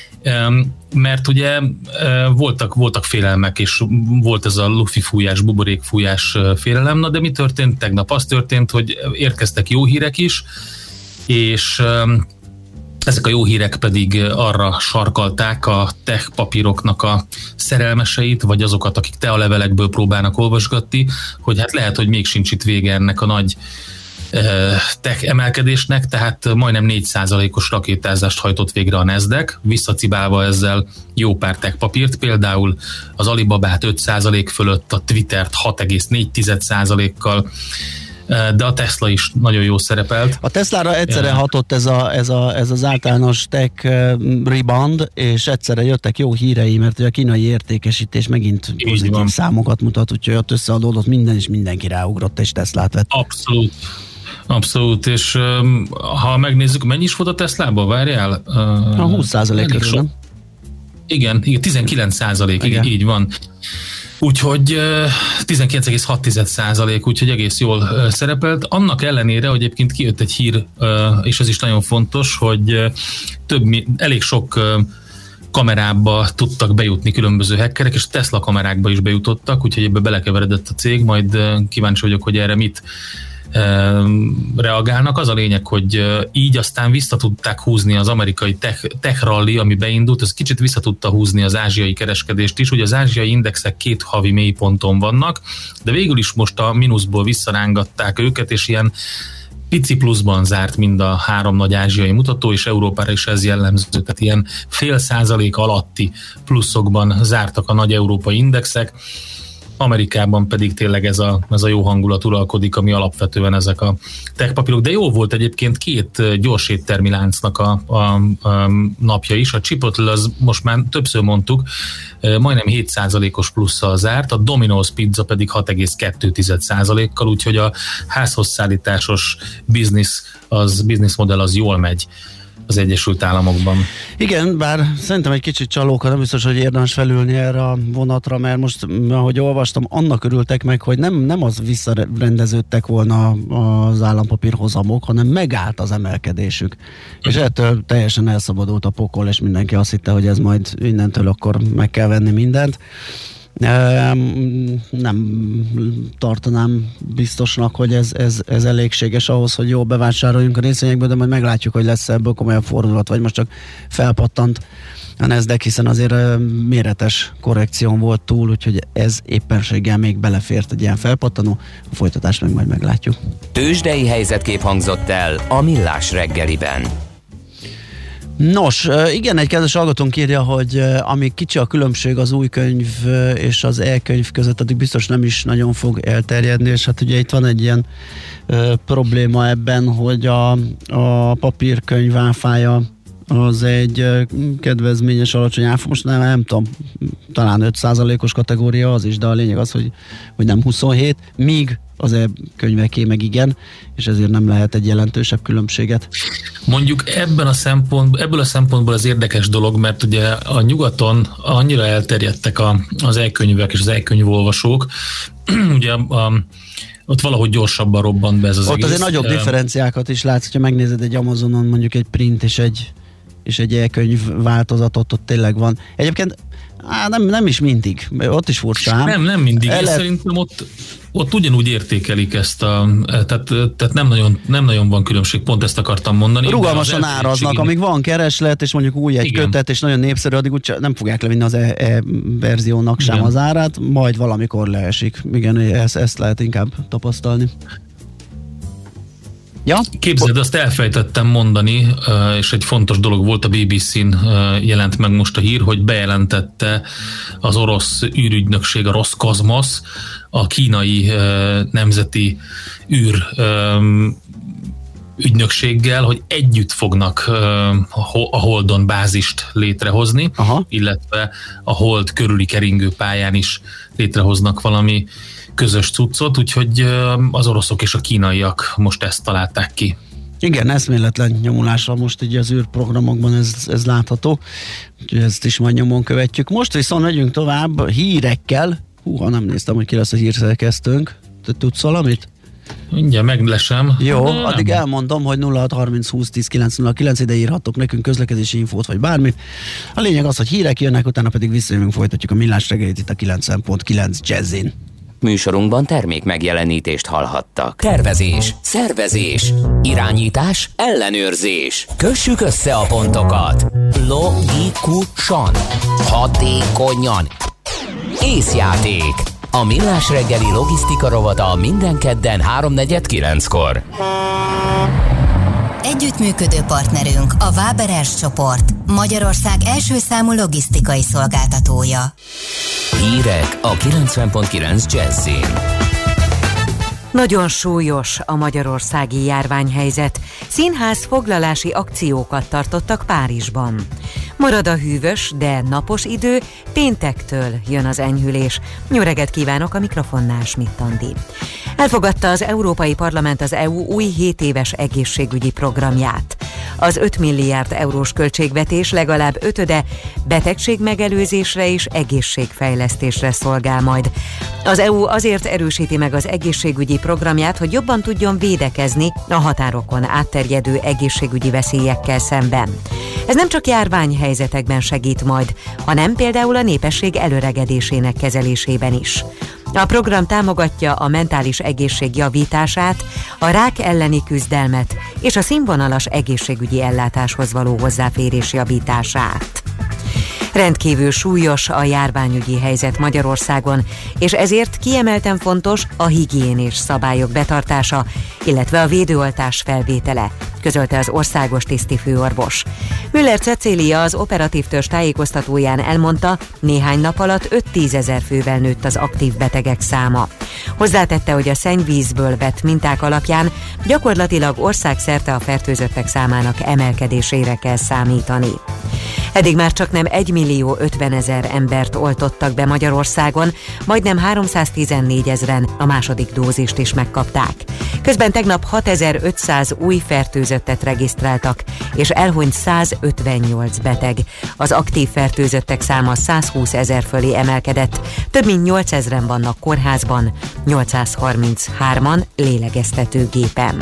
Mert ugye voltak, voltak félelmek, és volt ez a lufi fújás, buborék fújás félelem, na de mi történt tegnap? Az történt, hogy érkeztek jó hírek is, és ezek a jó hírek pedig arra sarkalták a tech papíroknak a szerelmeseit, vagy azokat, akik tealevelekből próbálnak olvasgatni, hogy hát lehet, hogy még sincs itt vége ennek a nagy tech emelkedésnek, tehát majdnem négy százalékos rakétázást hajtott végre a Nasdaq, visszacibálva ezzel jó pár tech papírt, például az Alibabát öt százalék fölött, a Twittert hat egész négy százalékkal, de a Tesla is nagyon jó szerepelt. A Teslára egyszerre hatott ez, a, ez, a, ez az általános tech rebound, és egyszerre jöttek jó hírei, mert a kínai értékesítés megint pozitív számokat mutat, úgyhogy ott összeadódott minden, és mindenki ráugrott, és Teslát vett. Abszolút. Abszolút, és um, ha megnézzük, mennyi is volt a Teslában, várjál? Uh, a húsz százalék körül, nem? Igen, igen, tizenkilenc százalék, igen. Így van. Úgyhogy uh, tizenkilenc egész hat százalék, úgyhogy egész jól uh, szerepelt. Annak ellenére, hogy egyébként kijött egy hír, uh, és ez is nagyon fontos, hogy uh, több, elég sok uh, kamerába tudtak bejutni különböző hackerek, és Tesla kamerákba is bejutottak, úgyhogy ebbe belekeveredett a cég, majd uh, kíváncsi vagyok, hogy erre mit reagálnak. Az a lényeg, hogy így aztán vissza tudták húzni az amerikai tech, tech rally, ami beindult, ez kicsit vissza tudta húzni az ázsiai kereskedést is. Ugye az ázsiai indexek két havi mélyponton vannak, de végül is most a mínuszból visszarángatták őket, és ilyen pici pluszban zárt mind a három nagy ázsiai mutató, és Európára is ez jellemző, tehát ilyen fél százalék alatti pluszokban zártak a nagy európai indexek. Amerikában pedig tényleg ez a, ez a jó hangulat uralkodik, ami alapvetően ezek a tech papírok. De jó volt egyébként két gyors éttermi láncnak a, a, a napja is. A Chipotle, az most már többször mondtuk, majdnem hét százalékos plusszal zárt, a Domino's Pizza pedig hat egész kettő százalékkal, úgyhogy a házhoz szállításos biznisz, az biznisz modell az jól megy az Egyesült Államokban. Igen, bár szerintem egy kicsit csalóka, nem biztos, hogy érdemes felülni erre a vonatra, mert most, ahogy olvastam, annak örültek meg, hogy nem, nem az visszarendeződtek volna az állampapírhozamok, hanem megállt az emelkedésük. És ettől teljesen elszabadult a pokol, és mindenki azt hitte, hogy ez majd innentől akkor meg kell venni mindent. Nem tartanám biztosnak, hogy ez, ez, ez elégséges ahhoz, hogy jól bevásároljunk a részvényekből, de majd meglátjuk, hogy lesz ebből komolyabb fordulat, vagy most csak felpattant a Nasdaq, hiszen azért méretes korrekción volt túl, úgyhogy ez éppenséggel még belefért egy ilyen felpattanó, a folytatást meg majd meglátjuk. Tőzsdei helyzetkép hangzott el a Millás reggeliben. Nos, igen, egy kedves hallgatónk írja, hogy amíg kicsi a különbség az új könyv és az e-könyv között, addig biztos nem is nagyon fog elterjedni, és hát ugye itt van egy ilyen ö, probléma ebben, hogy a, a papírkönyv áfája az egy ö, kedvezményes, alacsony áfa, most nem, nem tudom, talán öt százalékos kategória az is, de a lényeg az, hogy, hogy nem huszonhét, míg az e-könyveké meg igen, és ezért nem lehet egy jelentősebb különbséget. Mondjuk ebben a szempont, ebből a szempontból az érdekes dolog, mert ugye a nyugaton annyira elterjedtek a, az e-könyvek és az e-könyvolvasók, ugye a, ott valahogy gyorsabban robbant be ez az ott egész. Ott azért nagyobb differenciákat is látsz, hogyha megnézed egy Amazonon mondjuk egy print és egy, és egy e-könyv változatot, ott tényleg van. Egyébként á, nem, nem is mindig, ott is furcsán. Nem, nem mindig, Ele... szerintem ott ott ugyanúgy értékelik ezt a, tehát, tehát nem, nagyon, nem nagyon van különbség, pont ezt akartam mondani. Rugalmasan áraznak, amíg van kereslet, és mondjuk új egy igen. kötet, és nagyon népszerű, addig úgy nem fogják levinni az e-verziónak sem igen. az árát, majd valamikor leesik. Igen, ezt, ezt lehet inkább tapasztalni. Ja? Képzeld, azt elfejtettem mondani, és egy fontos dolog volt, a bé bé cén jelent meg most a hír, hogy bejelentette az orosz űrügynökség, a Roszkozmosz, a kínai nemzeti űr ügynökséggel, hogy együtt fognak a Holdon bázist létrehozni, aha, illetve a Hold körüli keringőpályán is létrehoznak valami közös cuccot, úgyhogy az oroszok és a kínaiak most ezt találták ki. Igen, eszméletlen nyomulásra most így az űrprogramokban ez, ez látható, úgyhogy ezt is majd nyomon követjük. Most viszont megyünk tovább hírekkel. Húha, nem néztem, hogy ki lesz a hírszerkesztőnk. Te tudsz valamit? Mindjárt meglesem. Jó, addig elmondom, hogy nulla hat harminc húsz tíz kilenc nulla kilenc, ide írhattok nekünk közlekedési infót, vagy bármit. A lényeg az, hogy hírek jönnek, utána pedig visszajövünk, folytatjuk a Millás reggelit itt a kilencven pont kilenc Jazzin. Műsorunkban termék megjelenítést hallhattak. Tervezés, szervezés, irányítás, ellenőrzés. Kössük össze a pontokat. Logikusan, hatékonyan. Észjáték. A Millás reggeli logisztika rovata minden kedden háromnegyed kilenckor. Együttműködő partnerünk a Waberers csoport, Magyarország első számú logisztikai szolgáltatója. Hírek a kilencven pont kilenc Jazzin. Nagyon súlyos a magyarországi járványhelyzet. Színház foglalási akciókat tartottak Párizsban. Marad a hűvös, de napos idő, péntektől jön az enyhülés. Jó reggelt kívánok, a mikrofonnál Schmidt Andi. Elfogadta az Európai Parlament az é u új hét éves egészségügyi programját. Az öt milliárd eurós költségvetés legalább ötöde betegségmegelőzésre és egészségfejlesztésre szolgál majd. Az é u azért erősíti meg az egészségügyi programját, hogy jobban tudjon védekezni a határokon átterjedő egészségügyi veszélyekkel szemben. Ez nem csak járványhelyzetekben segít majd, hanem például a népesség előregedésének kezelésében is. A program támogatja a mentális egészség javítását, a rák elleni küzdelmet és a színvonalas egészségügyi ellátáshoz való hozzáférés javítását. Rendkívül súlyos a járványügyi helyzet Magyarországon, és ezért kiemelten fontos a higiénés szabályok betartása, illetve a védőoltás felvétele, közölte az országos tisztifőorvos. Müller Cecília az operatív törzs tájékoztatóján elmondta, néhány nap alatt öt-tízezer fővel nőtt az aktív betegek száma. Hozzátette, hogy a szennyvízből vett minták alapján gyakorlatilag országszerte a fertőzöttek számának emelkedésére kell számítani. Eddig már csak nem egy millió ötvenezer embert oltottak be Magyarországon, majdnem háromszáztizennégy ezren a második dózist is megkapták. Közben tegnap hatezer-ötszáz új fertőzöttet regisztráltak, és elhunyt százötvennyolc beteg. Az aktív fertőzöttek száma százhúsz ezer fölé emelkedett, több mint nyolcezren vannak kórházban, nyolcszázharminchárman lélegeztetőgépen.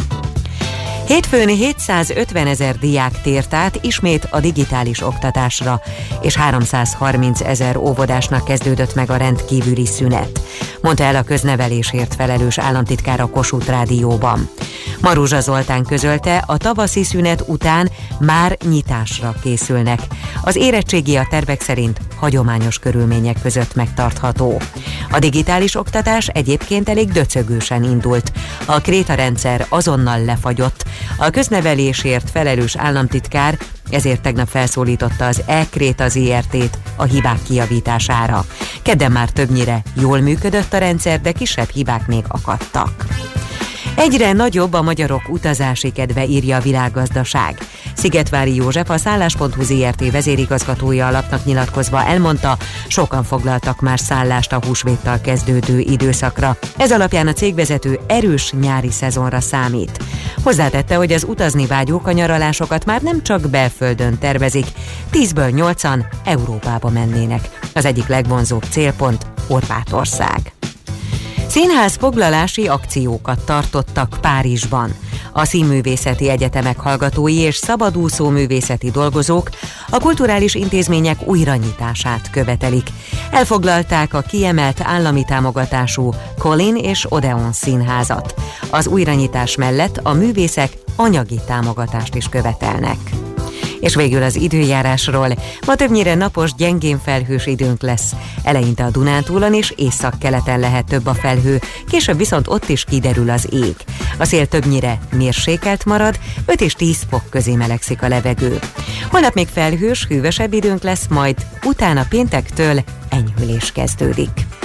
Hétfőn hétszázötven ezer diák tért át ismét a digitális oktatásra, és háromszázharminc ezer óvodásnak kezdődött meg a rendkívüli szünet, mondta el a köznevelésért felelős államtitkár a Kossuth Rádióban. Maruzsa Zoltán közölte, a tavaszi szünet után már nyitásra készülnek. Az érettségi a tervek szerint hagyományos körülmények között megtartható. A digitális oktatás egyébként elég döcögősen indult. A krétarendszer azonnal lefagyott. A köznevelésért felelős államtitkár ezért tegnap felszólította az e-Kréta zé er té-t a hibák kijavítására. Kedden már többnyire jól működött a rendszer, de kisebb hibák még akadtak. Egyre nagyobb a magyarok utazási kedve, írja a Világgazdaság. Szigetvári József, a szállás pont hu zé er té vezérigazgatója a lapnak nyilatkozva elmondta, sokan foglaltak már szállást a húsvéttal kezdődő időszakra. Ez alapján a cégvezető erős nyári szezonra számít. Hozzátette, hogy az utazni vágyók a nyaralásokat már nem csak belföldön tervezik, tízből nyolcan Európába mennének. Az egyik legvonzóbb célpont Horvátország. Színház foglalási akciókat tartottak Párizsban. A színművészeti egyetemek hallgatói és szabadúszó művészeti dolgozók a kulturális intézmények újranyitását követelik. Elfoglalták a kiemelt állami támogatású Colin és Odeon színházat. Az újranyitás mellett a művészek anyagi támogatást is követelnek. És végül az időjárásról. Ma többnyire napos, gyengén felhős időnk lesz. Eleinte a Dunántúlon és északkeleten lehet több a felhő, később viszont ott is kiderül az ég. A szél többnyire mérsékelt marad, öt és tíz fok közé melegszik a levegő. Holnap még felhős, hűvösebb időnk lesz, majd utána péntektől enyhülés kezdődik.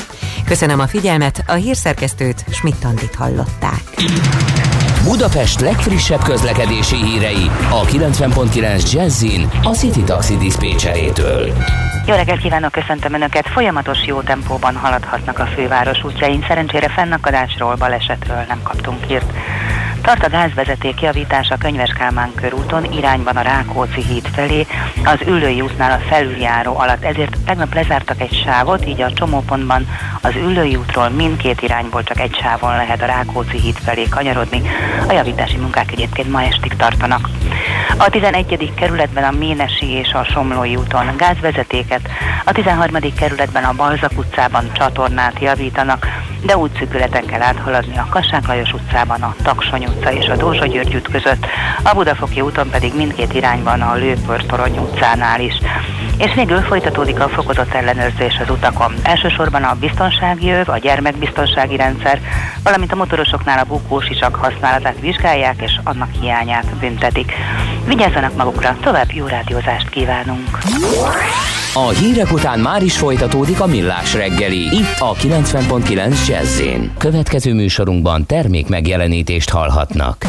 Köszönöm a figyelmet, a hírszerkesztőt, Schmidt-Andit hallották. Budapest legfrissebb közlekedési hírei a kilencven pont kilenc Jazzin a City Taxi diszpécserétől. Jó reggelt kívánok, köszöntöm Önöket! Folyamatos jó tempóban haladhatnak a főváros útjain, szerencsére fennakadásról, balesetről nem kaptunk hírt. Tart a gázvezeték javítása Könyves Kálmán körúton, irányban a Rákóczi híd felé, az Üllői útnál a felüljáró alatt, ezért tegnap lezártak egy sávot, így a csomópontban az Üllői útról mindkét irányból csak egy sávon lehet a Rákóczi híd felé kanyarodni. A javítási munkák egyébként ma estig tartanak. A tizenegyedik kerületben a Ménesi és a Somlói úton gázvezetéket, a tizenharmadik kerületben a Balzak utcában csatornát javítanak, de útszűkületen kell áthaladni a Kassák Lajos utcában, a Taksony utca és a Dózsa György út között, a Budafoki úton pedig mindkét irányban a Lőpör-torony utcánál is. És végül folytatódik a fokozott ellenőrzés az utakon. Elsősorban a biztonsági öv, a gyermekbiztonsági rendszer, valamint a motorosoknál a bukósisak használatát vizsgálják, és annak hiányát büntetik. Vigyázzanak magukra, tovább jó rádiózást kívánunk! A hírek után már is folytatódik a Millás reggeli, itt a kilencven pont kilenc Jazz-én. Következő műsorunkban termék megjelenítést hallhatnak.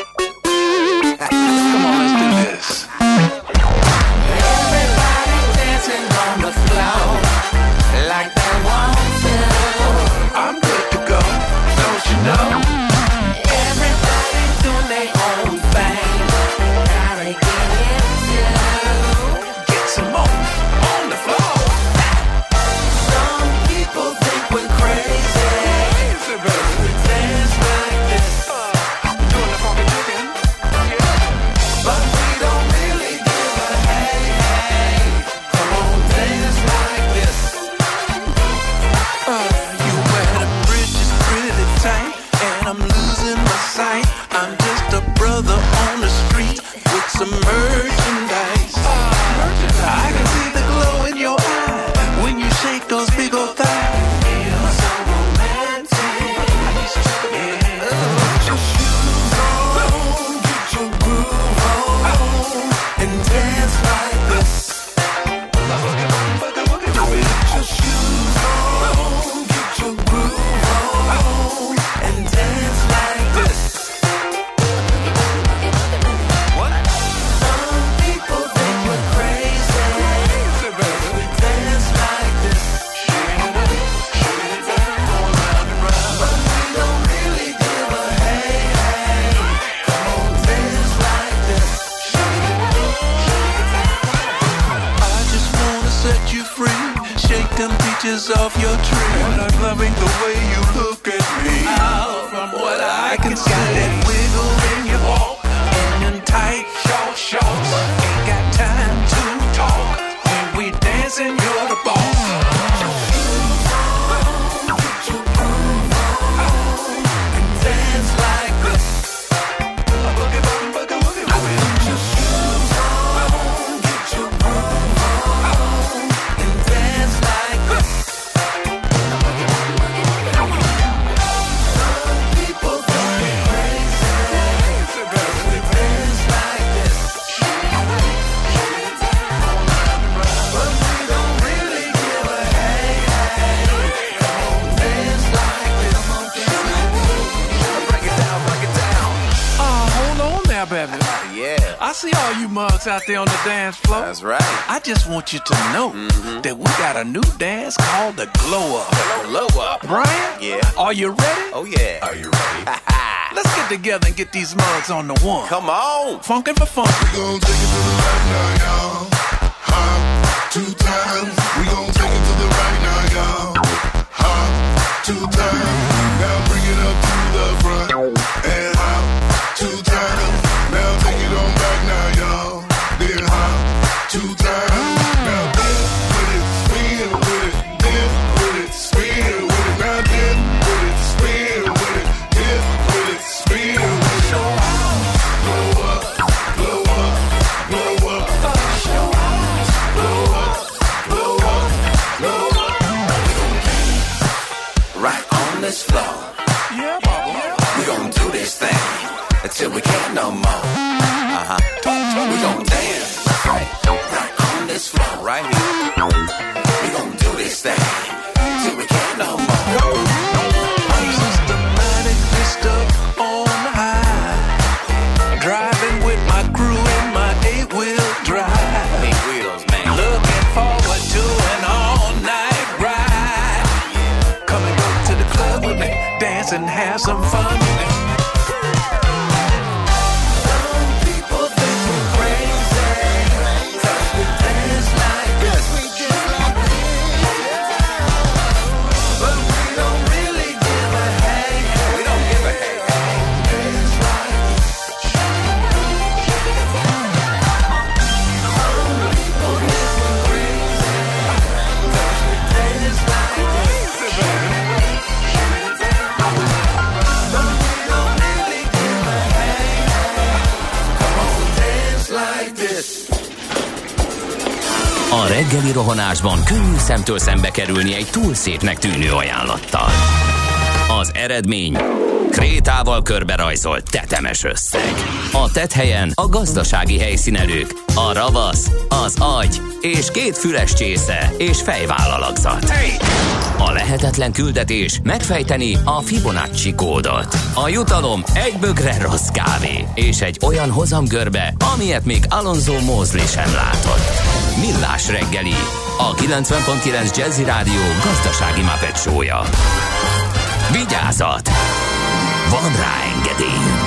Off your tree, and I'm loving the way you look at me. Oh, from what I can see, got that wiggle in your walk, and them tight short shorts. Ain't got time to talk when we dancing. You're the boss. I see all you mugs out there on the dance floor. That's right. I just want you to know mm-hmm. that we got a new dance called the Glow Up. The Glow Up. Brian? Yeah. Are you ready? Oh, yeah. Are you ready? Let's get together and get these mugs on the one. Come on. Funkin' for fun. We gon' take it to the right now, y'all. Hop two times. We gon' take it to the right now, y'all. Hop two times. Now bring it up to the front. And hop two times. Now take it on back now, y'all. Then hop two times. Now dip with it, spin with it, dip with it, spin with it. Now dip with it, spin with it, dip with it, spin with it. Blow up, blow up, blow up. Blow up, blow up, blow up. Right on this floor. Yeah, Baba. We gon' do this thing until we can't no more. Uh-huh. We gon' dance right, right on this floor, right here. We gon' do this thing till we can't care no more. I'm systematically stuck on high, driving with my crew in my eight-wheel drive. Eight wheels, man. Looking forward to an all-night ride. Come and go to the club with me, dance and have some fun with me. A reggeli rohanásban könnyű szemtől szembe kerülni egy túl szépnek tűnő ajánlattal. Az eredmény krétával körberajzolt tetemes összeg. A tetthelyen a gazdasági helyszínelők, a ravasz, az agy és két füles csésze és fejvállalakzat. A lehetetlen küldetés megfejteni a Fibonacci kódot. A jutalom egy bögre rossz kávé és egy olyan hozamgörbe, amilyet még Alonso Mosley sem látott. Millás reggeli, a kilencven pont kilenc Jazzy Rádió gazdasági Muppet show-ja. Vigyázat! Van rá engedélyünk!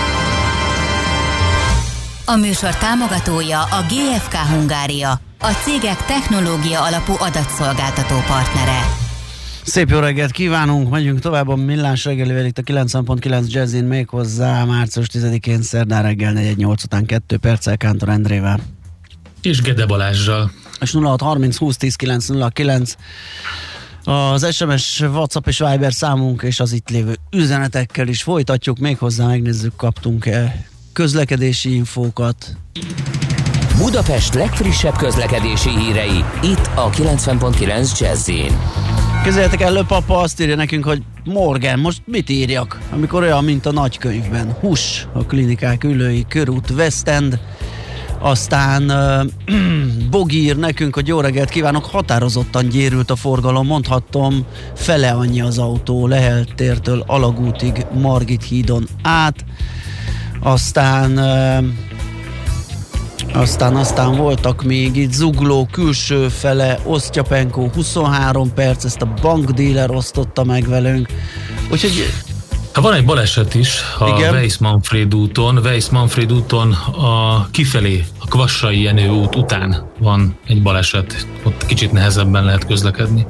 A műsor támogatója a gé ef ká Hungária, a cégek technológia alapú adatszolgáltató partnere. Szép jó reggelt kívánunk, megyünk tovább a Millás reggelivel itt a kilencven pont kilenc Jazzin, méghozzá március tizedikén szerdán reggel negyven nyolc után kettő perccel Kántor Endrével. És Gede Balázsral. És nulla hat harminc húsz tíz kilenc nulla kilenc az es em es, WhatsApp és Viber számunk, és az itt lévő üzenetekkel is folytatjuk, méghozzá megnézzük, kaptunk-e közlekedési infókat. Budapest legfrissebb közlekedési hírei, itt a kilencven pont kilenc Jazzin. Képzeljétek el, Papa azt írja nekünk, hogy Morgan, most mit írjak, amikor olyan, mint a nagykönyvben. Hús, a klinikák ülői körút, West End. Aztán uh, Bogi ír nekünk, hogy jó reggelt kívánok, határozottan gyérült a forgalom, mondhatom, fele annyi az autó, Lehel tértől Alagútig, Margit hídon át. Aztán uh, aztán, aztán voltak még itt Zugló külső fele, Osztyapenkó huszonhárom perc, ezt a bankdíler osztotta meg velünk. Úgyhogy ha van egy baleset is a Weiss-Manfred úton, Weiss-Manfred úton a kifelé, a Kvassai Jenő út után van egy baleset. Ott kicsit nehezebben lehet közlekedni.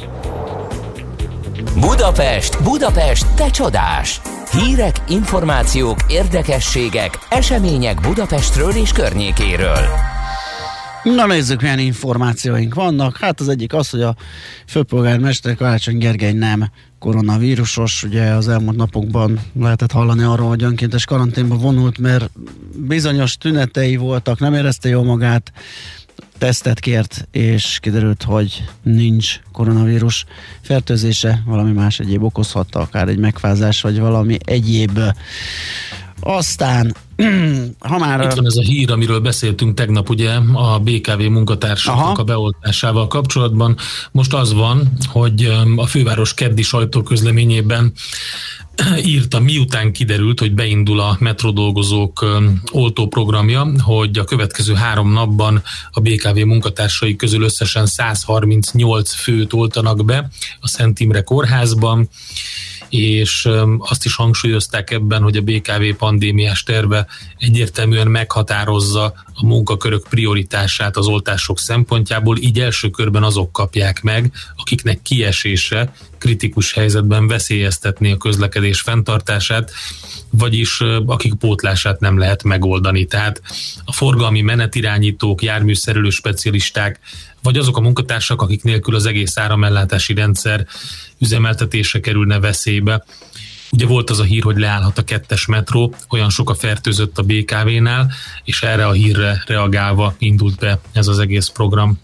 Budapest, Budapest, te csodás! Hírek, információk, érdekességek, események Budapestről és környékéről. Na nézzük, milyen információink vannak. Hát az egyik az, hogy a főpolgármester Karácsony Gergely nem koronavírusos. Ugye az elmúlt napokban lehetett hallani arról, hogy önkéntes karanténba vonult, mert bizonyos tünetei voltak, nem érezte jól magát, tesztet kért, és kiderült, hogy nincs koronavírus fertőzése, valami más egyéb okozhatta, akár egy megfázás, vagy valami egyéb. Aztán, ha már... Itt van ez a hír, amiről beszéltünk tegnap, ugye, a bé ká vé munkatársaknak a beoltásával kapcsolatban. Most az van, hogy a főváros keddi sajtóközleményében írta, miután kiderült, hogy beindul a metrodolgozók oltóprogramja, hogy a következő három napban a bé ká vé munkatársai közül összesen száz harmincnyolc főt oltanak be a Szent Imre kórházban, és azt is hangsúlyozták ebben, hogy a bé ká vé pandémiás terve egyértelműen meghatározza a munkakörök prioritását az oltások szempontjából, így első körben azok kapják meg, akiknek kiesése kritikus helyzetben veszélyeztetné a közlekedés fenntartását, vagyis akik pótlását nem lehet megoldani. Tehát a forgalmi menetirányítók, járműszerelő specialisták, vagy azok a munkatársak, akik nélkül az egész áramellátási rendszer üzemeltetése kerülne veszélybe. Ugye volt az a hír, hogy leállhat a kettes metró, olyan sok a fertőzött a bé ká vénál, és erre a hírre reagálva indult be ez az egész program.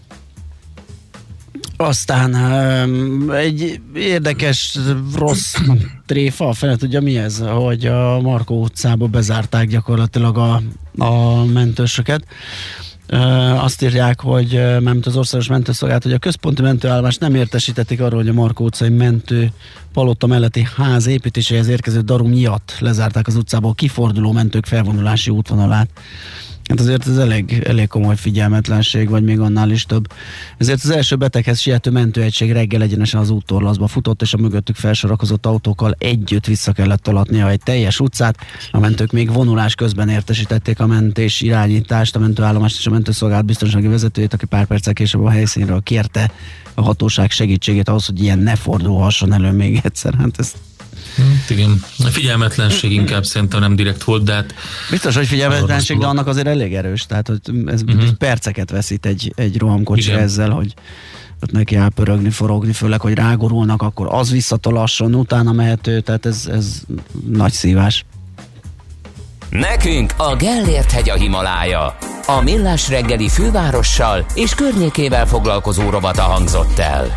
Aztán egy érdekes, rossz tréfa, fel tudja mi ez, hogy a Markó utcába bezárták gyakorlatilag a, a mentősöket. azt írják, hogy mármint az országos mentőszolgálat, hogy a központi mentőállomást nem értesítették arról, hogy a Markó utcai mentő palota melletti ház építéséhez érkező daru miatt lezárták az utcából kiforduló mentők felvonulási útvonalát. Hát azért ez elég, elég komoly figyelmetlenség, vagy még annál is több. Ezért az első beteghez siető mentőegység reggel egyenesen az úttorlaszba futott, és a mögöttük felsorakozott autókkal együtt vissza kellett tolatnia egy teljes utcát. A mentők még vonulás közben értesítették a mentés irányítást, a mentőállomást és a mentőszolgálat biztonsági vezetőjét, aki pár perccel később a helyszínről kérte a hatóság segítségét ahhoz, hogy ilyen ne fordulhasson elő még egyszer. Hát ez Hát igen, a figyelmetlenség inkább szerintem nem direkt volt, de hát... Biztos, hogy figyelmetlenség, de annak azért elég erős, tehát hogy ez uh-huh. perceket veszít egy, egy rohamkocsi igen. ezzel, hogy ott neki elpörögni, forogni, főleg, hogy rágurulnak, akkor az visszatolasson, utána mehető, tehát ez, ez nagy szívás. Nekünk a Gellért hegy a Himalája. A Millás reggeli fővárossal és környékével foglalkozó rovata hangzott el.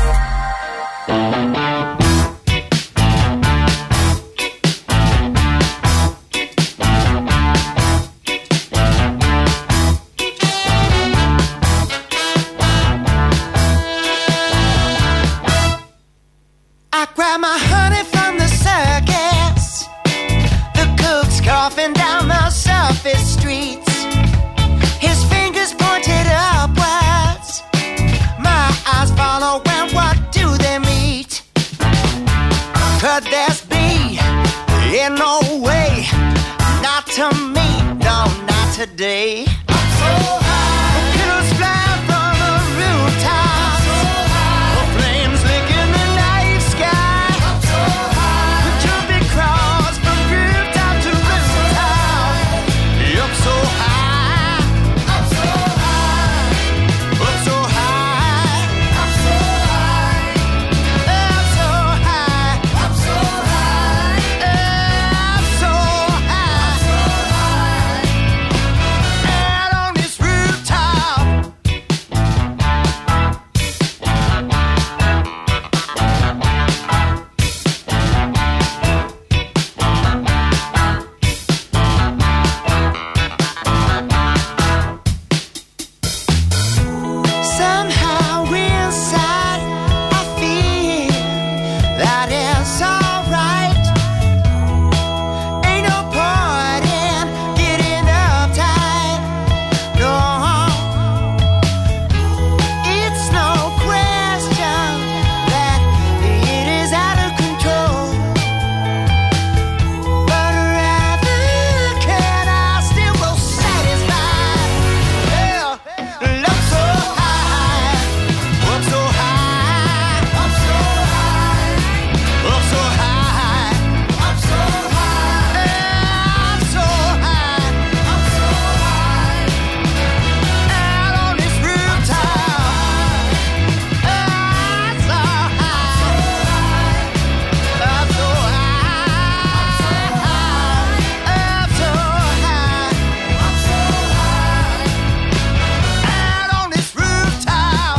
Grab my honey from the circus. The cook's coughing down the surface streets. His fingers pointed upwards. My eyes follow when what do they meet? Could this be? In no way. Not to me, no, not today. I'm so high. Pillows fly from the rooftops. So high. Flames licking the night sky. I'm so high. Jumping cross from rooftop to rooftop. Up so high. I'm so high. Up so high. I'm so high. Up so high. I'm so high. Up so high. I'm so high. And on this rooftop. Somehow inside I feel that it's alright. Ain't no point in getting uptight. No, it's no question that it is out of control. But rather can I still go satisfied? Yeah, up so high, up so high, up so high, up so high, up so high, up so high, up so high, out on this rooftop, up so high, up so high, up so high, up so high, out on this rooftop.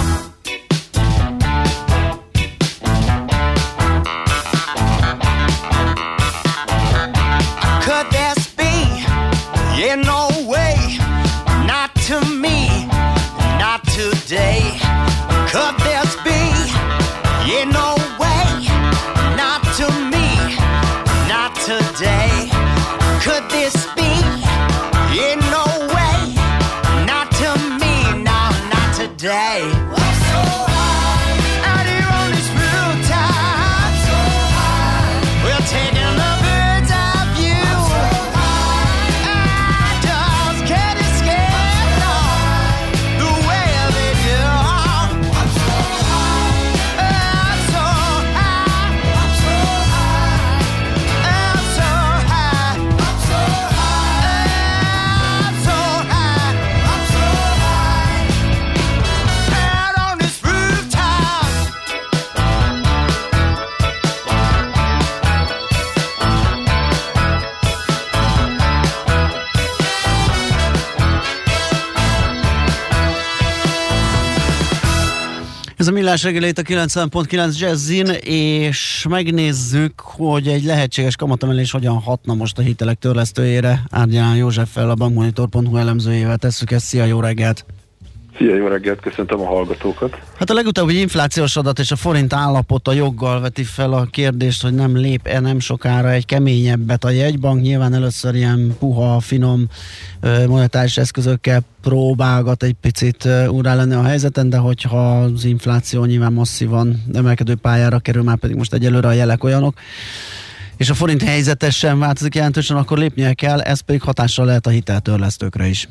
Could this be? Yeah, no way. Not to me, not today. Could this be? Yeah, no way. Not to me, not today. Could this be? Yeah, no way. Not to me, no, not today. I'm so high. Out here on this rooftop. I'm so high. We're taking the bird's eye view. I'm so high. I just can't escape no, the way they do. I'm so high. I'm so high. I'm so high. I'm so high. I'm so high. I'm so high. I'm so high. Out on this rooftop. Ez a Millás reggeli itt a kilencven pont kilenc Jazzin, és megnézzük, hogy egy lehetséges kamatemelés hogyan hatna most a hitelek törlesztőjére. Árgyalán Józseffel, a bankmonitor pont hu elemzőjével tesszük ezt. Szia, jó reggelt! Szia, jó reggelt, köszöntöm a hallgatókat. Hát a legutóbbi inflációs adat és a forint állapota joggal veti fel a kérdést, hogy nem lép-e nem sokára egy keményebbet a jegybank. Nyilván először ilyen puha, finom monetáris eszközökkel próbálgat egy picit úrrá lenni a helyzeten, de hogyha az infláció nyilván masszívan emelkedő pályára kerül, már pedig most egyelőre a jelek olyanok, és a forint helyzete sem változik jelentősen, akkor lépnie kell, ez pedig hatással lehet a hiteltörlesztőkre is.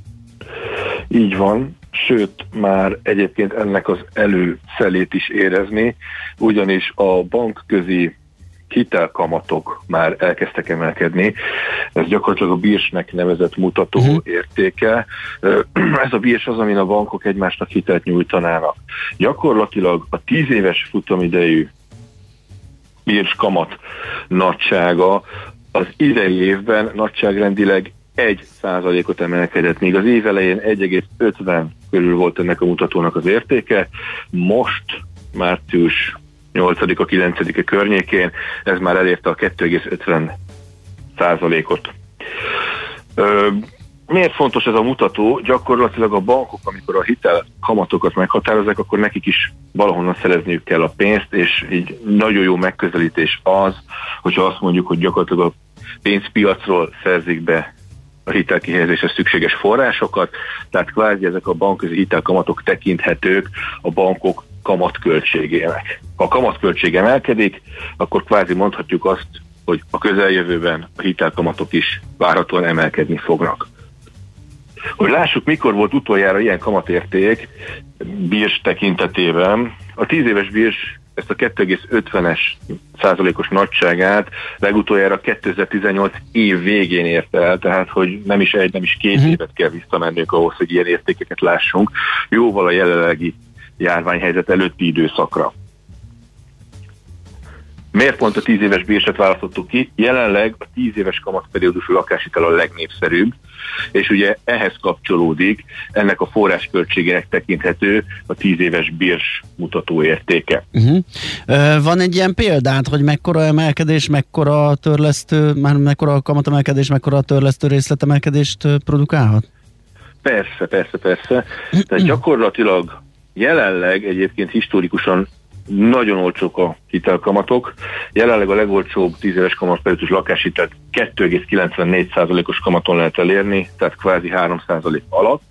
Így van, sőt, már egyébként ennek az előszelét is érezni, ugyanis a bankközi hitelkamatok már elkezdtek emelkedni. Ez gyakorlatilag a bírsnek nevezett mutató uh-huh. értéke. Ez a bírs az, amin a bankok egymásnak hitelt nyújtanának. Gyakorlatilag a tíz éves futamidejű bírs kamat nagysága az idei évben nagyságrendileg egy százalékot emelkedett, míg az év elején egy egész ötven körül volt ennek a mutatónak az értéke. Most, március nyolcadika kilencedike környékén ez már elérte a kettő egész ötven százalékot. Ö, miért fontos ez a mutató? Gyakorlatilag a bankok, amikor a hitel kamatokat meghatározzák, akkor nekik is valahonnan szerezniük kell a pénzt, és így nagyon jó megközelítés az, hogyha azt mondjuk, hogy gyakorlatilag a pénzpiacról szerzik be a hitelkihelyezésre szükséges forrásokat, tehát kvázi ezek a bankközi hitelkamatok tekinthetők a bankok kamatköltségének. Ha a kamatköltség emelkedik, akkor kvázi mondhatjuk azt, hogy a közeljövőben a hitelkamatok is várhatóan emelkedni fognak. Hogy lássuk, mikor volt utoljára ilyen kamatérték bírs tekintetében, a tíz éves bírs ezt a kettő egész ötvenes százalékos nagyságát legutoljára kétezer-tizennyolc év végén érte el, tehát hogy nem is egy, nem is két uh-huh. évet kell visszamennünk ahhoz, hogy ilyen értékeket lássunk, jóval a jelenlegi járványhelyzet előtti időszakra. Miért pont a tíz éves bírset választottuk ki? Jelenleg a tíz éves kamatperiódusú lakáshitel a legnépszerűbb, és ugye ehhez kapcsolódik ennek a forrásköltségének tekinthető a tíz éves bírs mutató értéke. Uh-huh. Van egy ilyen példát, hogy mekkora emelkedés, mekkora törlesztő, már mekkora kamatemelkedés, mekkora törlesztő részletemelkedést produkálhat? Persze, persze, persze. Tehát gyakorlatilag jelenleg egyébként historikusan nagyon olcsók a hitelkamatok. Jelenleg a legolcsóbb tíz éves kamatperiódus lakáshitelt kettő egész kilencvennégy százalékos kamaton lehet elérni, tehát kvázi három százalék alatt.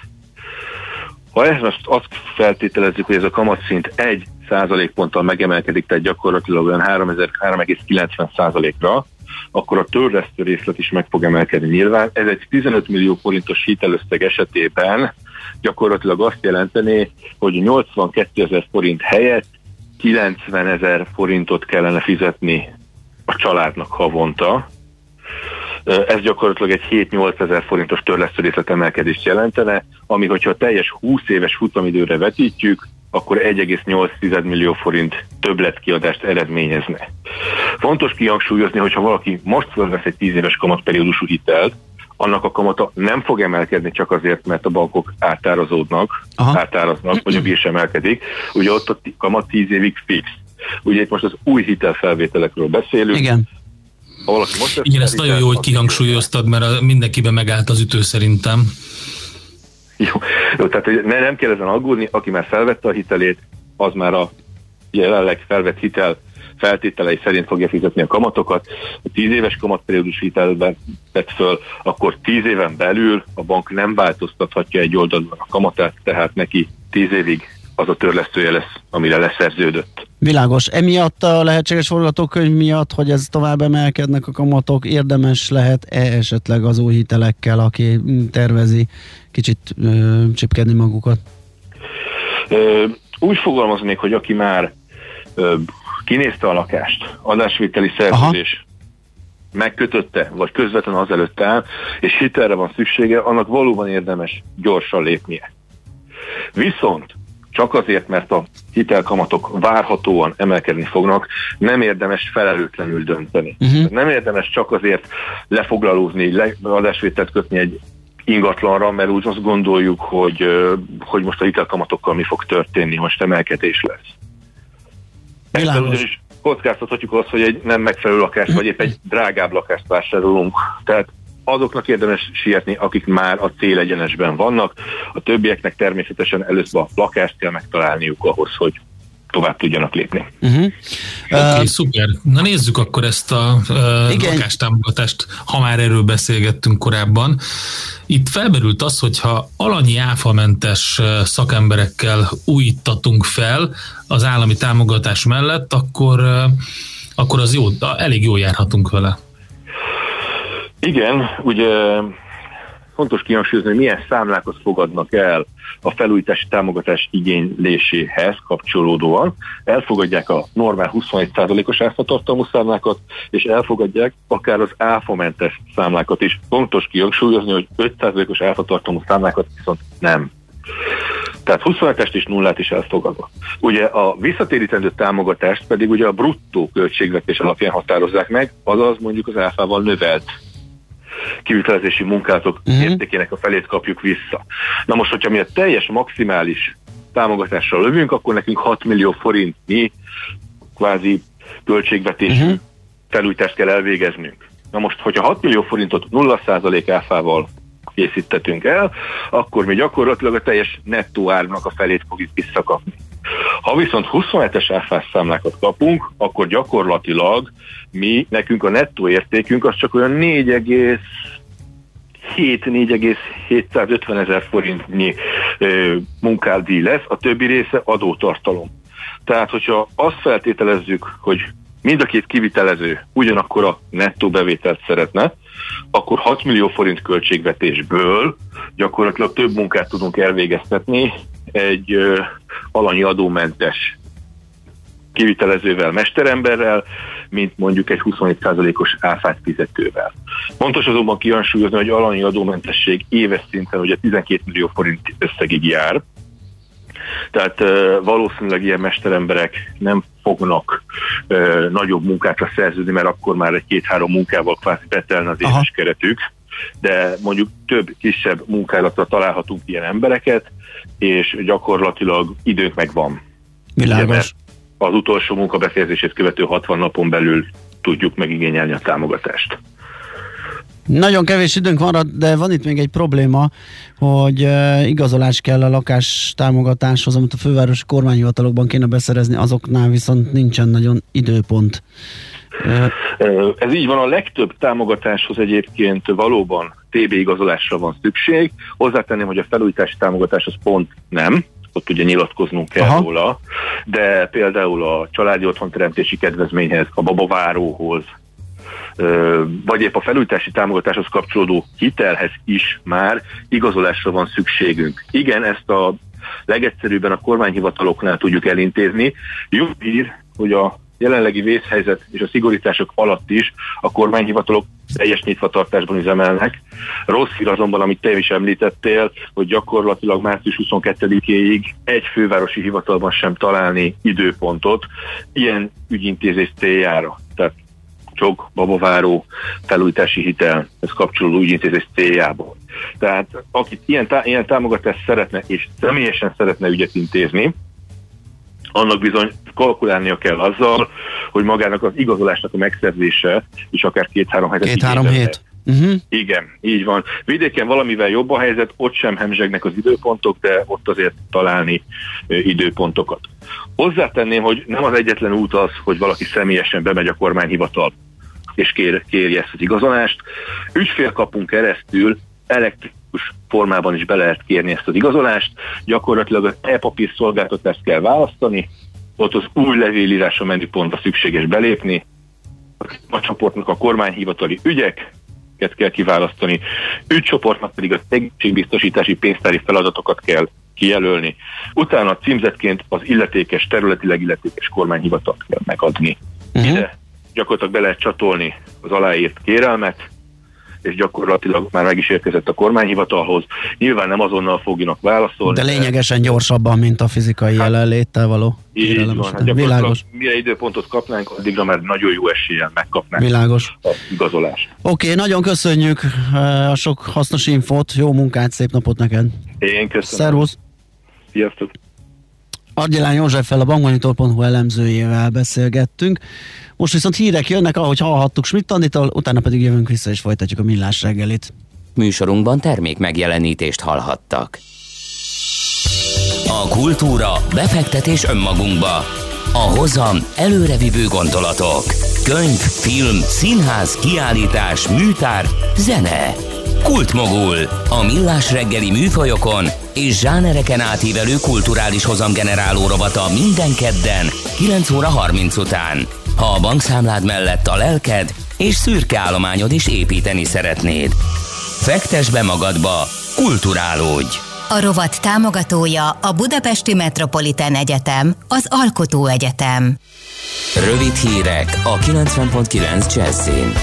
Ha ezt most azt feltételezzük, hogy ez a kamatszint egy százalékponttal megemelkedik, tehát gyakorlatilag olyan három egész kilencven százalékra, akkor a törlesztő részlet is meg fog emelkedni nyilván. Ez egy tizenöt millió forintos hitelösszeg esetében gyakorlatilag azt jelenteni, hogy nyolcvankét-ezer forint helyett kilencvenezer forintot kellene fizetni a családnak havonta. Ez gyakorlatilag egy hét-nyolc ezer forintos törlesztőrészlet emelkedést jelentene, ami hogyha a teljes húsz éves futamidőre vetítjük, akkor egy egész nyolc millió forint többletkiadást eredményezne. Fontos kihangsúlyozni, hogyha valaki most fölvesz egy tíz éves kamatperiódusú hitelt, annak a kamata nem fog emelkedni csak azért, mert a bankok átárazódnak, Aha. átáraznak, vagy a bírs emelkedik. Ugye ott a kamat tíz évig fix. Ugye itt most az új hitelfelvételekről beszélünk. Igen. Ha valaki most Igen, ezt nagyon jó, hogy kihangsúlyoztad, mert mindenkiben megállt az ütő szerintem. Jó, jó tehát ne, nem kell ezen aggódni, aki már felvette a hitelét, az már a jelenleg felvett hitel feltételei szerint fogja fizetni a kamatokat. A tíz éves kamatperiódus hitelben vett föl, akkor tíz éven belül a bank nem változtathatja egy oldalon a kamatát, tehát neki tíz évig az a törlesztője lesz, amire leszerződött. Világos. Emiatt a lehetséges forgatókönyv miatt, hogy ez tovább emelkednek a kamatok, érdemes lehet-e esetleg az új hitelekkel, aki tervezi kicsit ö, csipkedni magukat? Ö, úgy fogalmaznék, hogy aki már ö, kinézte a lakást, adásvételi szerződés megkötötte, vagy közvetlenül azelőtt áll, és hitelre van szüksége, annak valóban érdemes gyorsan lépnie. Viszont csak azért, mert a hitelkamatok várhatóan emelkedni fognak, nem érdemes felelőtlenül dönteni. Uh-huh. Nem érdemes csak azért lefoglalózni, le, adásvételt kötni egy ingatlanra, mert úgy azt gondoljuk, hogy, hogy most a hitelkamatokkal mi fog történni, most emelkedés lesz. Ezzel ugyanis kockáztathatjuk azt, hogy egy nem megfelelő lakást, vagy épp egy drágább lakást vásárolunk. Tehát azoknak érdemes sietni, akik már a célegyenesben vannak, a többieknek természetesen először a lakást kell megtalálniuk ahhoz, hogy tovább tudjanak lépni. Uh-huh. Oké, okay, uh, szuper. Na nézzük akkor ezt a uh, lakástámogatást, ha már erről beszélgettünk korábban. Itt felmerült az, hogyha alanyi áfamentes szakemberekkel újítatunk fel az állami támogatás mellett, akkor, uh, akkor az jó, elég jól járhatunk vele. Igen, ugye fontos kihangsúlyozni, hogy milyen számlákat fogadnak el a felújítási támogatás igényléséhez kapcsolódóan. Elfogadják a normál huszonegy százalékos áfatartalmú számlákat, és elfogadják akár az áfamentes számlákat is. Fontos kihangsúlyozni, hogy öt százalékos áfatartalmú számlákat viszont nem. Tehát huszonhetest és nullát is elfogadva. Ugye a visszatérítendő támogatást pedig ugye a bruttó költségvetés alapján határozzák meg, azaz mondjuk az áfával növelt kivitelezési munkálatok uh-huh. értékének a felét kapjuk vissza. Na most, hogyha mi a teljes maximális támogatással lövünk, akkor nekünk hat millió forintnyi kvázi költségvetésű uh-huh. felújítást kell elvégeznünk. Na most, hogyha hat millió forintot nulla százalék áfával készítettünk el, akkor mi gyakorlatilag a teljes nettó árnak a felét fogjuk visszakapni. Ha viszont huszonhetes áfás számlákat kapunk, akkor gyakorlatilag mi, nekünk a nettó értékünk az csak olyan négy egész hét négy egész hétszázötven ezer forintnyi ö, munkáldíj lesz, a többi része adótartalom. Tehát, hogyha azt feltételezzük, hogy mind a két kivitelező ugyanakkor a nettó bevételt szeretne, akkor hat millió forint költségvetésből gyakorlatilag több munkát tudunk elvégeztetni egy ö, alanyi adómentes kivitelezővel, mesteremberrel, mint mondjuk egy huszonöt százalékos áfát fizetővel. Fontos azonban kihangsúlyozni, hogy alanyi adómentesség éves szinten ugye tizenkét millió forint összegig jár, tehát uh, valószínűleg ilyen mesteremberek nem fognak uh, nagyobb munkákra szerződni, mert akkor már egy két-három munkával kvázi betelne az éves Aha. keretük, de mondjuk több kisebb munkálatra találhatunk ilyen embereket, és gyakorlatilag időnk megvan. Világos. Az utolsó munka befejezését követő hatvan napon belül tudjuk megigényelni a támogatást. Nagyon kevés időnk van, de van itt még egy probléma, hogy uh, igazolás kell a lakás támogatáshoz, amit a fővárosi kormányhivatalokban kéne beszerezni, azoknál viszont nincsen nagyon időpont. Uh, Ez így van, a legtöbb támogatáshoz egyébként valóban té bé igazolásra van szükség. Hozzátenném, hogy a felújítási támogatás az pont nem, ott ugye nyilatkoznunk kell Aha. róla, de például a családi otthonteremtési kedvezményhez, a babaváróhoz, vagy épp a felújítási támogatáshoz kapcsolódó hitelhez is már igazolásra van szükségünk. Igen, ezt a legegyszerűbben a kormányhivataloknál tudjuk elintézni. Jó hír, hogy a jelenlegi vészhelyzet és a szigorítások alatt is a kormányhivatalok teljes nyitvatartásban üzemelnek. Rossz hír azonban, amit te is említettél, hogy gyakorlatilag március huszonkettedikéig egy fővárosi hivatalban sem találni időpontot ilyen ügyintézés céljára. Tehát csok, babaváró, felújítási hitel, ez kapcsolódó ügyintézés céljából. Tehát akit ilyen, tá- ilyen támogatást szeretne és személyesen szeretne ügyet intézni, annak bizony kalkulálnia kell azzal, hogy magának az igazolásnak a megszerzése is akár két-három hetet Két-három hét. Uh-huh. Igen, így van. Vidéken valamivel jobb a helyzet, ott sem hemzsegnek az időpontok, de ott azért találni ö, időpontokat. Hozzátenném, hogy nem az egyetlen út az, hogy valaki személyesen bemegy a kormányhivatal és kér, kérje ezt az igazolást. Ügyfélkapunk keresztül elektronikus formában is be lehet kérni ezt az igazolást. Gyakorlatilag az e-papír szolgáltatást kell választani, ott az új levélírásra menüpontba szükséges belépni, a csoportnak a kormányhivatali ügyeket kell kiválasztani, ügycsoportnak pedig az egészségbiztosítási pénztári feladatokat kell kijelölni. Utána címzetként az illetékes, területileg illetékes kormányhivatalt kell megadni. Uh-huh. Ide gyakorlatilag be lehet csatolni az aláírt kérelmet, és gyakorlatilag már meg is érkezett a kormányhivatalhoz. Nyilván nem azonnal fogjanak válaszolni. De lényegesen gyorsabban, mint a fizikai hát, jelenléttel való. Így van, hát gyakorlatilag mire időpontot kapnánk, addigra már nagyon jó eséllyel megkapnánk Világos. a igazolást. Oké, okay, nagyon köszönjük a sok hasznos infót, jó munkát, szép napot neked! Én köszönöm. Szervusz! Sziasztok! Argyelán Józseffel, a bankmonitor pont hu elemzőjével beszélgettünk. Most viszont hírek jönnek, ahogy hallhattuk Schmidt Anditól, utána pedig jövünk vissza és folytatjuk a millás reggelit. Műsorunkban termék megjelenítést hallhattak. A kultúra, befektetés önmagunkba. A hozam előrevívő gondolatok. Könyv, film, színház, kiállítás, műtár, zene. Kultmogul. A millás reggeli műfajokon és zsánereken átívelő kulturális hozamgeneráló rovata minden kedden kilenc óra harminc után. Ha a bankszámlád mellett a lelked és szürke állományod is építeni szeretnéd. Fektess be magadba, kulturálódj! A rovat támogatója a Budapesti Metropolitán Egyetem, az Alkotó Egyetem. Rövid hírek a kilencven pont kilenc Jazzin.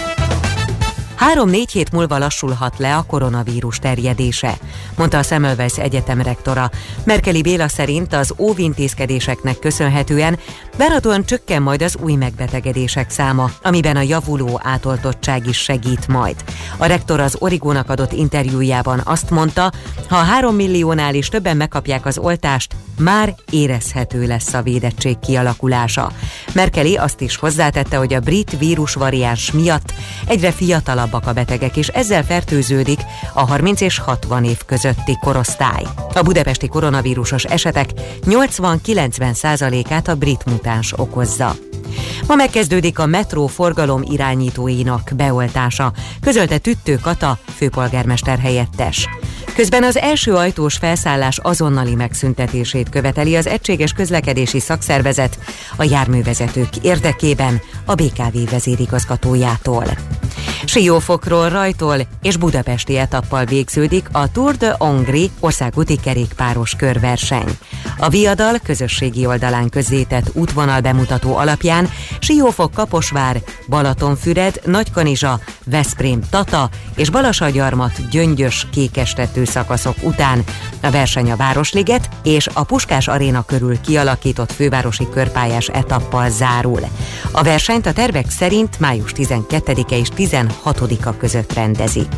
Három-négy hét múlva lassulhat le a koronavírus terjedése, mondta a Semmelweis Egyetem rektora. Merkeli Béla szerint az óvintézkedéseknek köszönhetően várhatóan csökken majd az új megbetegedések száma, amiben a javuló átoltottság is segít majd. A rektor az Origónak adott interjújában azt mondta, ha a három milliónál is többen megkapják az oltást, már érezhető lesz a védettség kialakulása. Merkeli azt is hozzátette, hogy a brit vírusvariáns miatt egyre fiatalabbak a betegek, és ezzel fertőződik a harminc és hatvan év közötti korosztály. A budapesti koronavírusos esetek nyolcvan-kilencven százalékát a brit mutáns okozza. Ma megkezdődik a metró forgalom irányítóinak beoltása, közölte Tüttő Kata, főpolgármester helyettes. Közben az első ajtós felszállás azonnali megszüntetését követeli az Egységes Közlekedési Szakszervezet a járművezetők érdekében a bé ká vé vezérigazgatójától. Siófokról, Rajtól és budapesti etappal végződik a Tour de Hongrie országúti kerékpáros körverseny. A Viadal közösségi oldalán közzétett útvonal bemutató alapján Siófok, Kaposvár, Balatonfüred, Nagykanizsa, Veszprém, Tata és Balasagyarmat, Gyöngyös, Kékestető szakaszok után a verseny a Városliget és a Puskás Aréna körül kialakított fővárosi körpályás etappal zárul. A versenyt a tervek szerint május tizenkettedike és tizenhatodika között rendezik.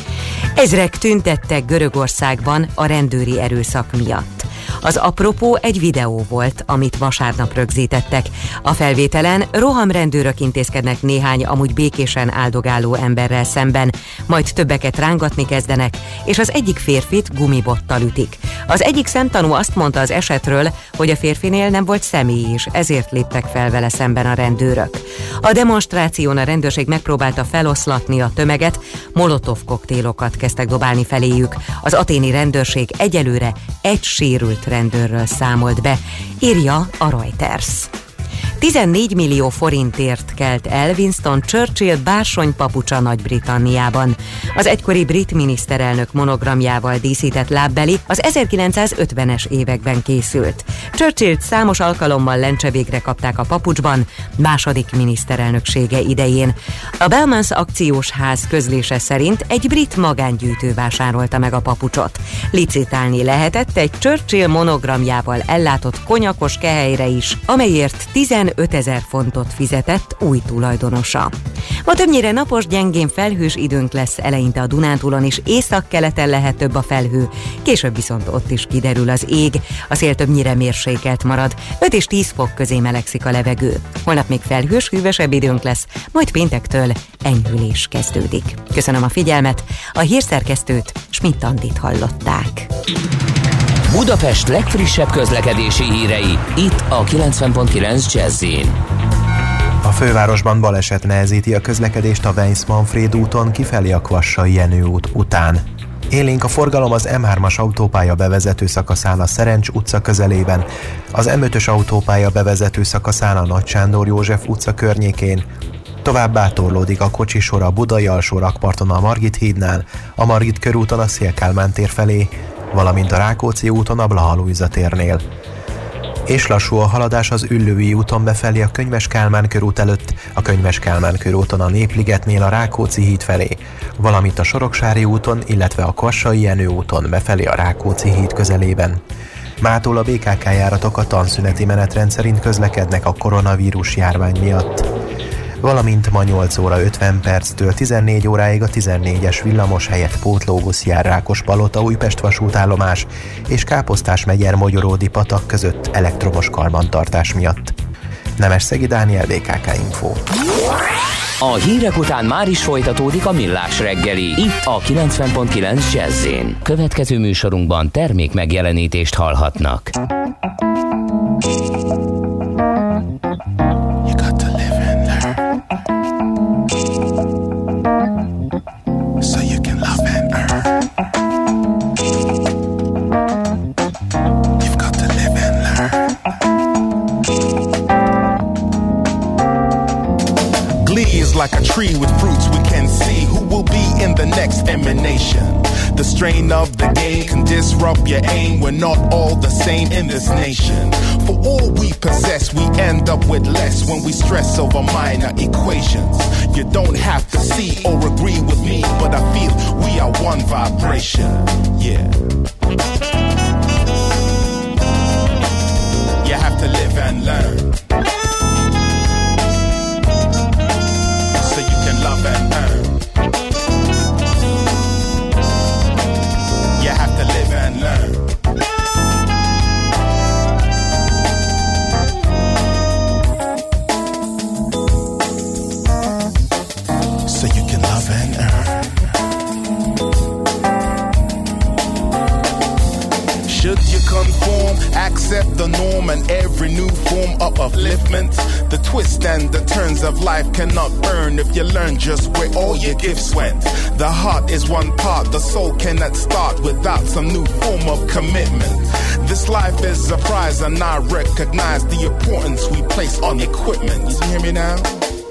Ezrek tüntettek Görögországban a rendőri erőszak miatt. Az apropó egy videó volt, amit vasárnap rögzítettek. A felvételen rohamrendőrök intézkednek néhány amúgy békésen áldogáló emberrel szemben, majd többeket rángatni kezdenek, és az egyik férfit gumibottal ütik. Az egyik szemtanú azt mondta az esetről, hogy a férfinél nem volt személy is, ezért léptek fel vele szemben a rendőrök. A demonstráción a rendőrség megpróbálta feloszlatni a tömeget, molotov koktélokat kezdtek dobálni feléjük. Az athéni rendőrség egyelőre egy sérült rendőrről számolt be, írja a Reuters. tizennégy millió forintért kelt el Winston Churchill bársonypapucsa Nagy-Britanniában. Az egykori brit miniszterelnök monogramjával díszített lábbeli az ezerkilencszázötvenes években készült. Churchillt számos alkalommal lencsevégre kapták a papucsban második miniszterelnöksége idején. A Belmans akciós ház közlése szerint egy brit magángyűjtő vásárolta meg a papucsot. Licitálni lehetett egy Churchill monogramjával ellátott konyakos kehelyre is, amelyért tizenötezer fontot fizetett új tulajdonosa. Ma többnyire napos, gyengén felhős időnk lesz, eleinte a Dunántúlon is, északkeleten lehet több a felhő, később viszont ott is kiderül az ég, a szél többnyire mérsékelt marad, öt és tíz fok közé melegszik a levegő. Holnap még felhős, hűvösebb időnk lesz, majd péntektől enyhülés kezdődik. Köszönöm a figyelmet, a hírszerkesztőt, Schmidt Andit hallották. Budapest legfrissebb közlekedési hírei, itt a kilencven pont kilenc Jazzin. A fővárosban baleset nehezíti a közlekedést a Weiss-Manfréd úton kifelé a Kvassai Jenő út után. Élénk a forgalom az M hármas autópálya bevezető szakaszán a Szerencs utca közelében, az M ötös autópálya bevezető szakaszán a Nagy Sándor József utca környékén. Továbbá torlódik a kocsisor a Budai alsó rakparton a Margit hídnál, a Margit körúton a Széll Kálmán tér felé, valamint a Rákóczi úton a Blaha Lujza térnél. És lassú a haladás az Üllői úton befelé a Könyves Kálmán körút előtt, a Könyves Kálmán körúton a Népligetnél a Rákóczi híd felé, valamint a Soroksári úton, illetve a Kvassai Jenő úton befelé a Rákóczi híd közelében. Mától a bé ká ká járatok a tanszüneti menetrend szerint közlekednek a koronavírus járvány miatt. Valamint ma nyolc óra ötven perctől tizennégy óráig a tizennégyes villamos helyett pótlóbusz jár Rákospalota Újpest vasútállomás és Káposztás-Megyer-Mogyoródi patak között elektromos karbantartás miatt. Nemesszegi Dániel, bé ká ká Info. A hírek után már is folytatódik a Millás reggeli, itt a kilencven pont kilenc Jazz-én. Következő műsorunkban termék megjelenítést hallhatnak. Like a tree with fruits we can see who will be in the next emanation. The strain of the game can disrupt your aim. We're not all the same in this nation. For all we possess, we end up with less when we stress over minor equations. You don't have to see or agree with me, but I feel we are one vibration. Yeah. You have to live and learn. Love and earn. You have to live and learn. So you can love and earn. Should you conform, accept the norm and every new form of upliftment? The twists and the turns of life cannot burn if you learn just where all your gifts went. The heart is one part, the soul cannot start without some new form of commitment. This life is a prize and I recognize the importance we place on equipment. You hear me now?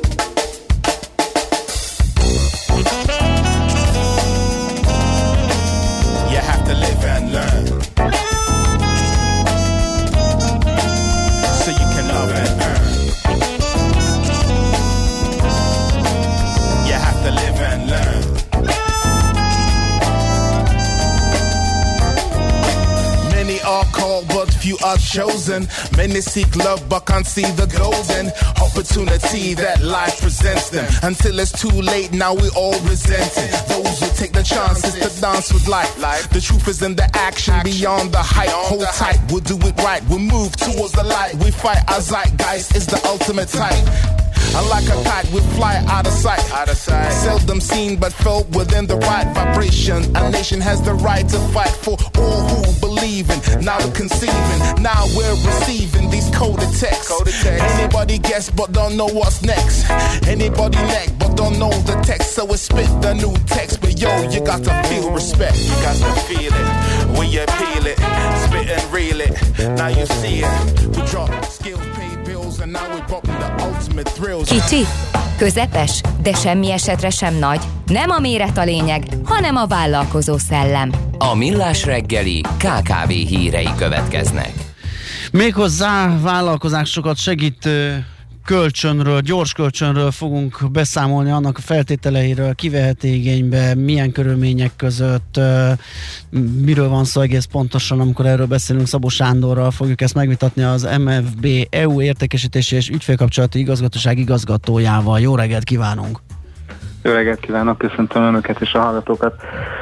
You have to live and learn. So you can love and earn. To live and learn. Many are called but few are chosen. Many seek love but can't see the golden opportunity that life presents them. Until it's too late, now we all resent it. Those who take the chances to dance with life. The truth is in the action, beyond the hype. Hold tight, we'll do it right. We'll move towards the light. We fight, our zeitgeist is the ultimate type. Unlike a kite, we fly out of sight. Out of sight. Seldom seen but felt within the right vibration. A nation has the right to fight for all who believe in. Now we're conceiving, now we're receiving these coded texts. Coded text. Anybody guess but don't know what's next. Anybody neck but don't know the text. So we spit the new text. But yo, you got to feel respect. You got to feel it when you peel it. Spit and reel it. Now you see it. We drop skills, pay bills, and now we're popping the ultimate thrills. Kicsi, közepes, de semmi esetre sem nagy. Nem a méret a lényeg, hanem a vállalkozó szellem. A Millás reggeli ká ká vé hírei következnek. Méghozzá vállalkozásokat segítő kölcsönről, gyors kölcsönről fogunk beszámolni, annak a feltételeiről, kiveheti igénybe, milyen körülmények között, miről van szó egész pontosan, amikor erről beszélünk. Szabó Sándorral fogjuk ezt megvitatni, az em ef bé é u értékesítési és ügyfélkapcsolati igazgatóság igazgatójával. Jó reggelt kívánunk! Jó reggelt kívánok, köszöntöm Önöket és a hallgatókat!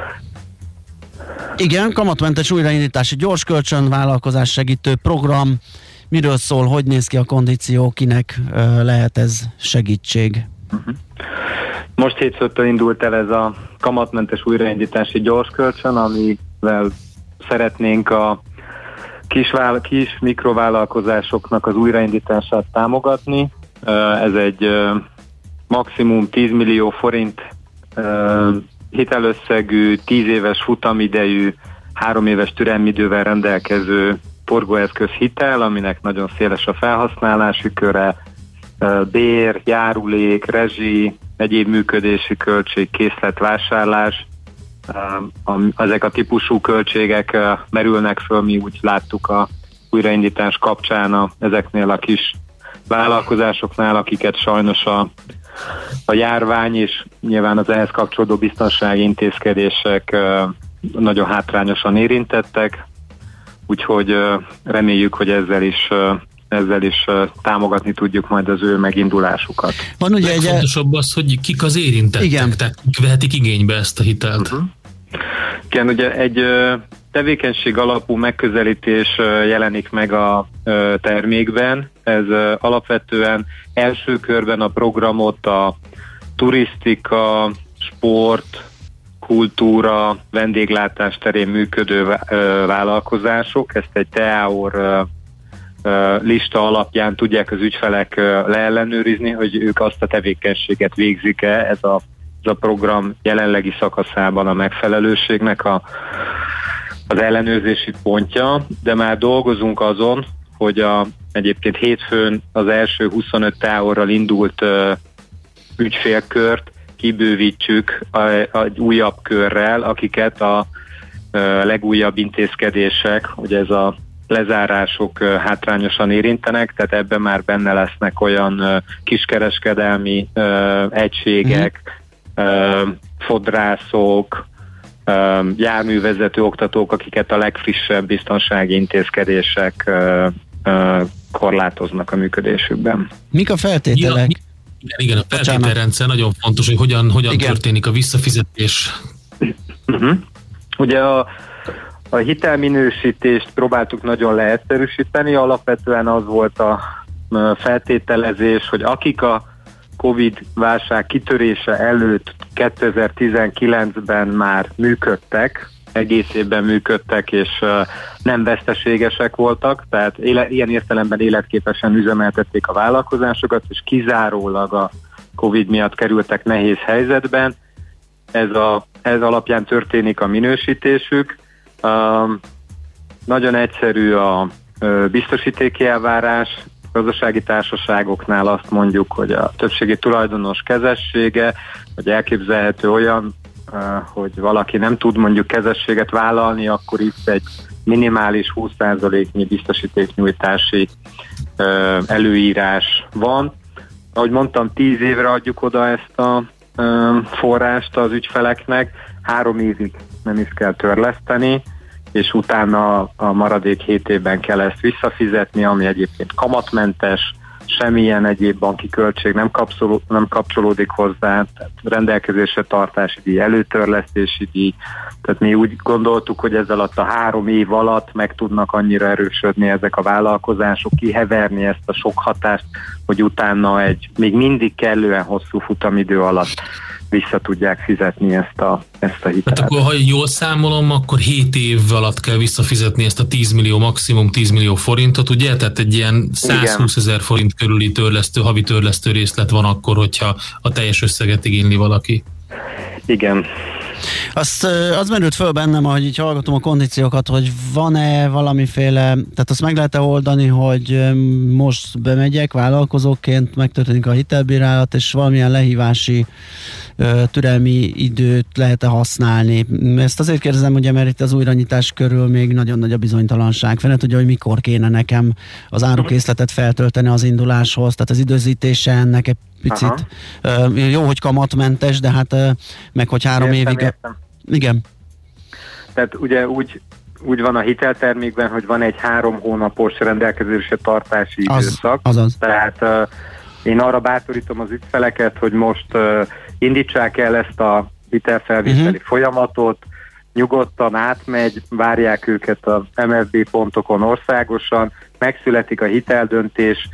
Igen, kamatmentes újraindítási gyors kölcsön, vállalkozás segítő program. Miről szól, hogy néz ki a kondíció, kinek uh, lehet ez segítség? Uh-huh. Most hétfőtől indult el ez a kamatmentes újraindítási gyors kölcsön, amivel szeretnénk a kis, vála- kis mikrovállalkozásoknak az újraindítását támogatni. Uh, ez egy uh, maximum tíz millió forint uh, hitelösszegű, tíz éves futamidejű, három éves türelmidővel rendelkező forgóeszköz hitel, aminek nagyon széles a felhasználási köre, bér, járulék, rezsi, egyéb működési költség, készletvásárlás. Ezek a típusú költségek merülnek föl, mi úgy láttuk a újraindítás kapcsán a, ezeknél a kis vállalkozásoknál, akiket sajnos a, a járvány és nyilván az ehhez kapcsolódó biztonsági intézkedések nagyon hátrányosan érintettek, úgyhogy reméljük, hogy ezzel is ezzel is támogatni tudjuk majd az ő megindulásukat. Van ugye egy fontosabb az, hogy kik az érintettek, igen. Tehát kik vehetik igénybe ezt a hitelt. Uh-huh. Igen, ugye egy tevékenység alapú megközelítés jelenik meg a termékben. Ez alapvetően első körben a programot a turisztika, sport, kultúra, vendéglátás terén működő vállalkozások, ezt egy té á o-r lista alapján tudják az ügyfelek leellenőrizni, hogy ők azt a tevékenységet végzik-e, ez a, ez a program jelenlegi szakaszában a megfelelőségnek a, az ellenőrzési pontja, de már dolgozunk azon, hogy a, egyébként hétfőn az első huszonöt té á o-ral indult uh, ügyfélkört kibővítsük egy újabb körrel, akiket a uh, legújabb intézkedések, hogy ez a lezárások uh, hátrányosan érintenek, tehát ebben már benne lesznek olyan uh, kiskereskedelmi uh, egységek, uh, fodrászok, uh, járművezető oktatók, akiket a legfrissebb biztonsági intézkedések uh, uh, korlátoznak a működésükben. Mik a feltételek? Ja, igen, igen, a feltételrendszer nagyon fontos, hogy hogyan, hogyan történik a visszafizetés. Uh-huh. Ugye a A hitelminősítést próbáltuk nagyon leegyszerűsíteni, alapvetően az volt a feltételezés, hogy akik a Covid válság kitörése előtt kétezer-tizenkilencben már működtek, egész évben működtek, és nem veszteségesek voltak, tehát éle, ilyen értelemben életképesen üzemeltették a vállalkozásokat, és kizárólag a Covid miatt kerültek nehéz helyzetben. Ez, a, ez alapján történik a minősítésük. Uh, nagyon egyszerű a uh, biztosítéki elvárás. Gazdasági társaságoknál azt mondjuk, hogy a többségi tulajdonos kezessége, vagy elképzelhető olyan, uh, hogy valaki nem tud mondjuk kezességet vállalni, akkor itt egy minimális húsz százaléknyi biztosítéknyújtási uh, előírás van. Ahogy mondtam, tíz évre adjuk oda ezt a uh, forrást az ügyfeleknek, három évig nem is kell törleszteni, és utána a maradék hét évben kell ezt visszafizetni, ami egyébként kamatmentes, semmilyen egyéb banki költség nem, kapszoló, nem kapcsolódik hozzá, tehát rendelkezésre tartási díj, előtörlesztési díj, tehát mi úgy gondoltuk, hogy ez alatt a három év alatt meg tudnak annyira erősödni ezek a vállalkozások, kiheverni ezt a sok hatást, hogy utána egy még mindig kellően hosszú futamidő alatt vissza tudják fizetni ezt a, ezt a hitelt. Hát akkor, ha jól számolom, akkor hét év alatt kell visszafizetni ezt a tíz millió, maximum tíz millió forintot, ugye? Tehát egy ilyen százhúszezer forint körüli törlesztő, havi törlesztő részlet van akkor, hogyha a teljes összeget igényli valaki. Igen. Azt, az merült föl bennem, ahogy így hallgatom a kondíciókat, hogy van-e valamiféle, tehát azt meg lehet-e oldani, hogy most bemegyek vállalkozóként, megtörténik a hitelbírálat, és valamilyen lehívási türelmi időt lehet-e használni. Ezt azért kérdezem, ugye, mert itt az újranyitás körül még nagyon nagy a bizonytalanság. Fene tudja, hogy mikor kéne nekem az árukészletet feltölteni az induláshoz, tehát az időzítése ennek egy picit uh, jó, hogy kamatmentes, de hát uh, meg hogy három értem, évig... Értem. Igen. Tehát ugye úgy, úgy van a hiteltermékben, hogy van egy három hónapos rendelkezésre tartási az, időszak. Azaz. Tehát uh, én arra bátorítom az ügyfeleket, hogy most uh, indítsák el ezt a hitelfelvételi uh-huh. folyamatot, nyugodtan átmegy, várják őket a em ef bé pontokon országosan, megszületik a hiteldöntés,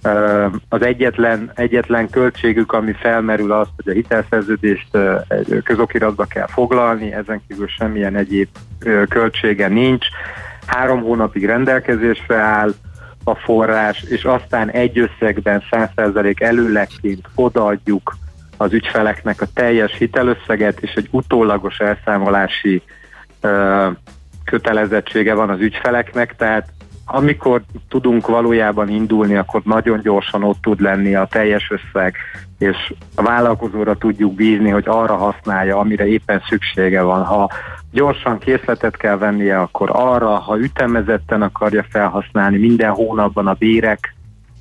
az egyetlen, egyetlen költségük, ami felmerül az, hogy a hitelszerződést közokiratba kell foglalni, ezen kívül semmilyen egyéb költsége nincs. Három hónapig rendelkezésre áll a forrás, és aztán egy összegben száz százalék előlegként odaadjuk az ügyfeleknek a teljes hitelösszeget, és egy utólagos elszámolási ö, kötelezettsége van az ügyfeleknek, tehát amikor tudunk valójában indulni, akkor nagyon gyorsan ott tud lenni a teljes összeg, és a vállalkozóra tudjuk bízni, hogy arra használja, amire éppen szüksége van. Ha gyorsan készletet kell vennie, akkor arra, ha ütemezetten akarja felhasználni minden hónapban a bérek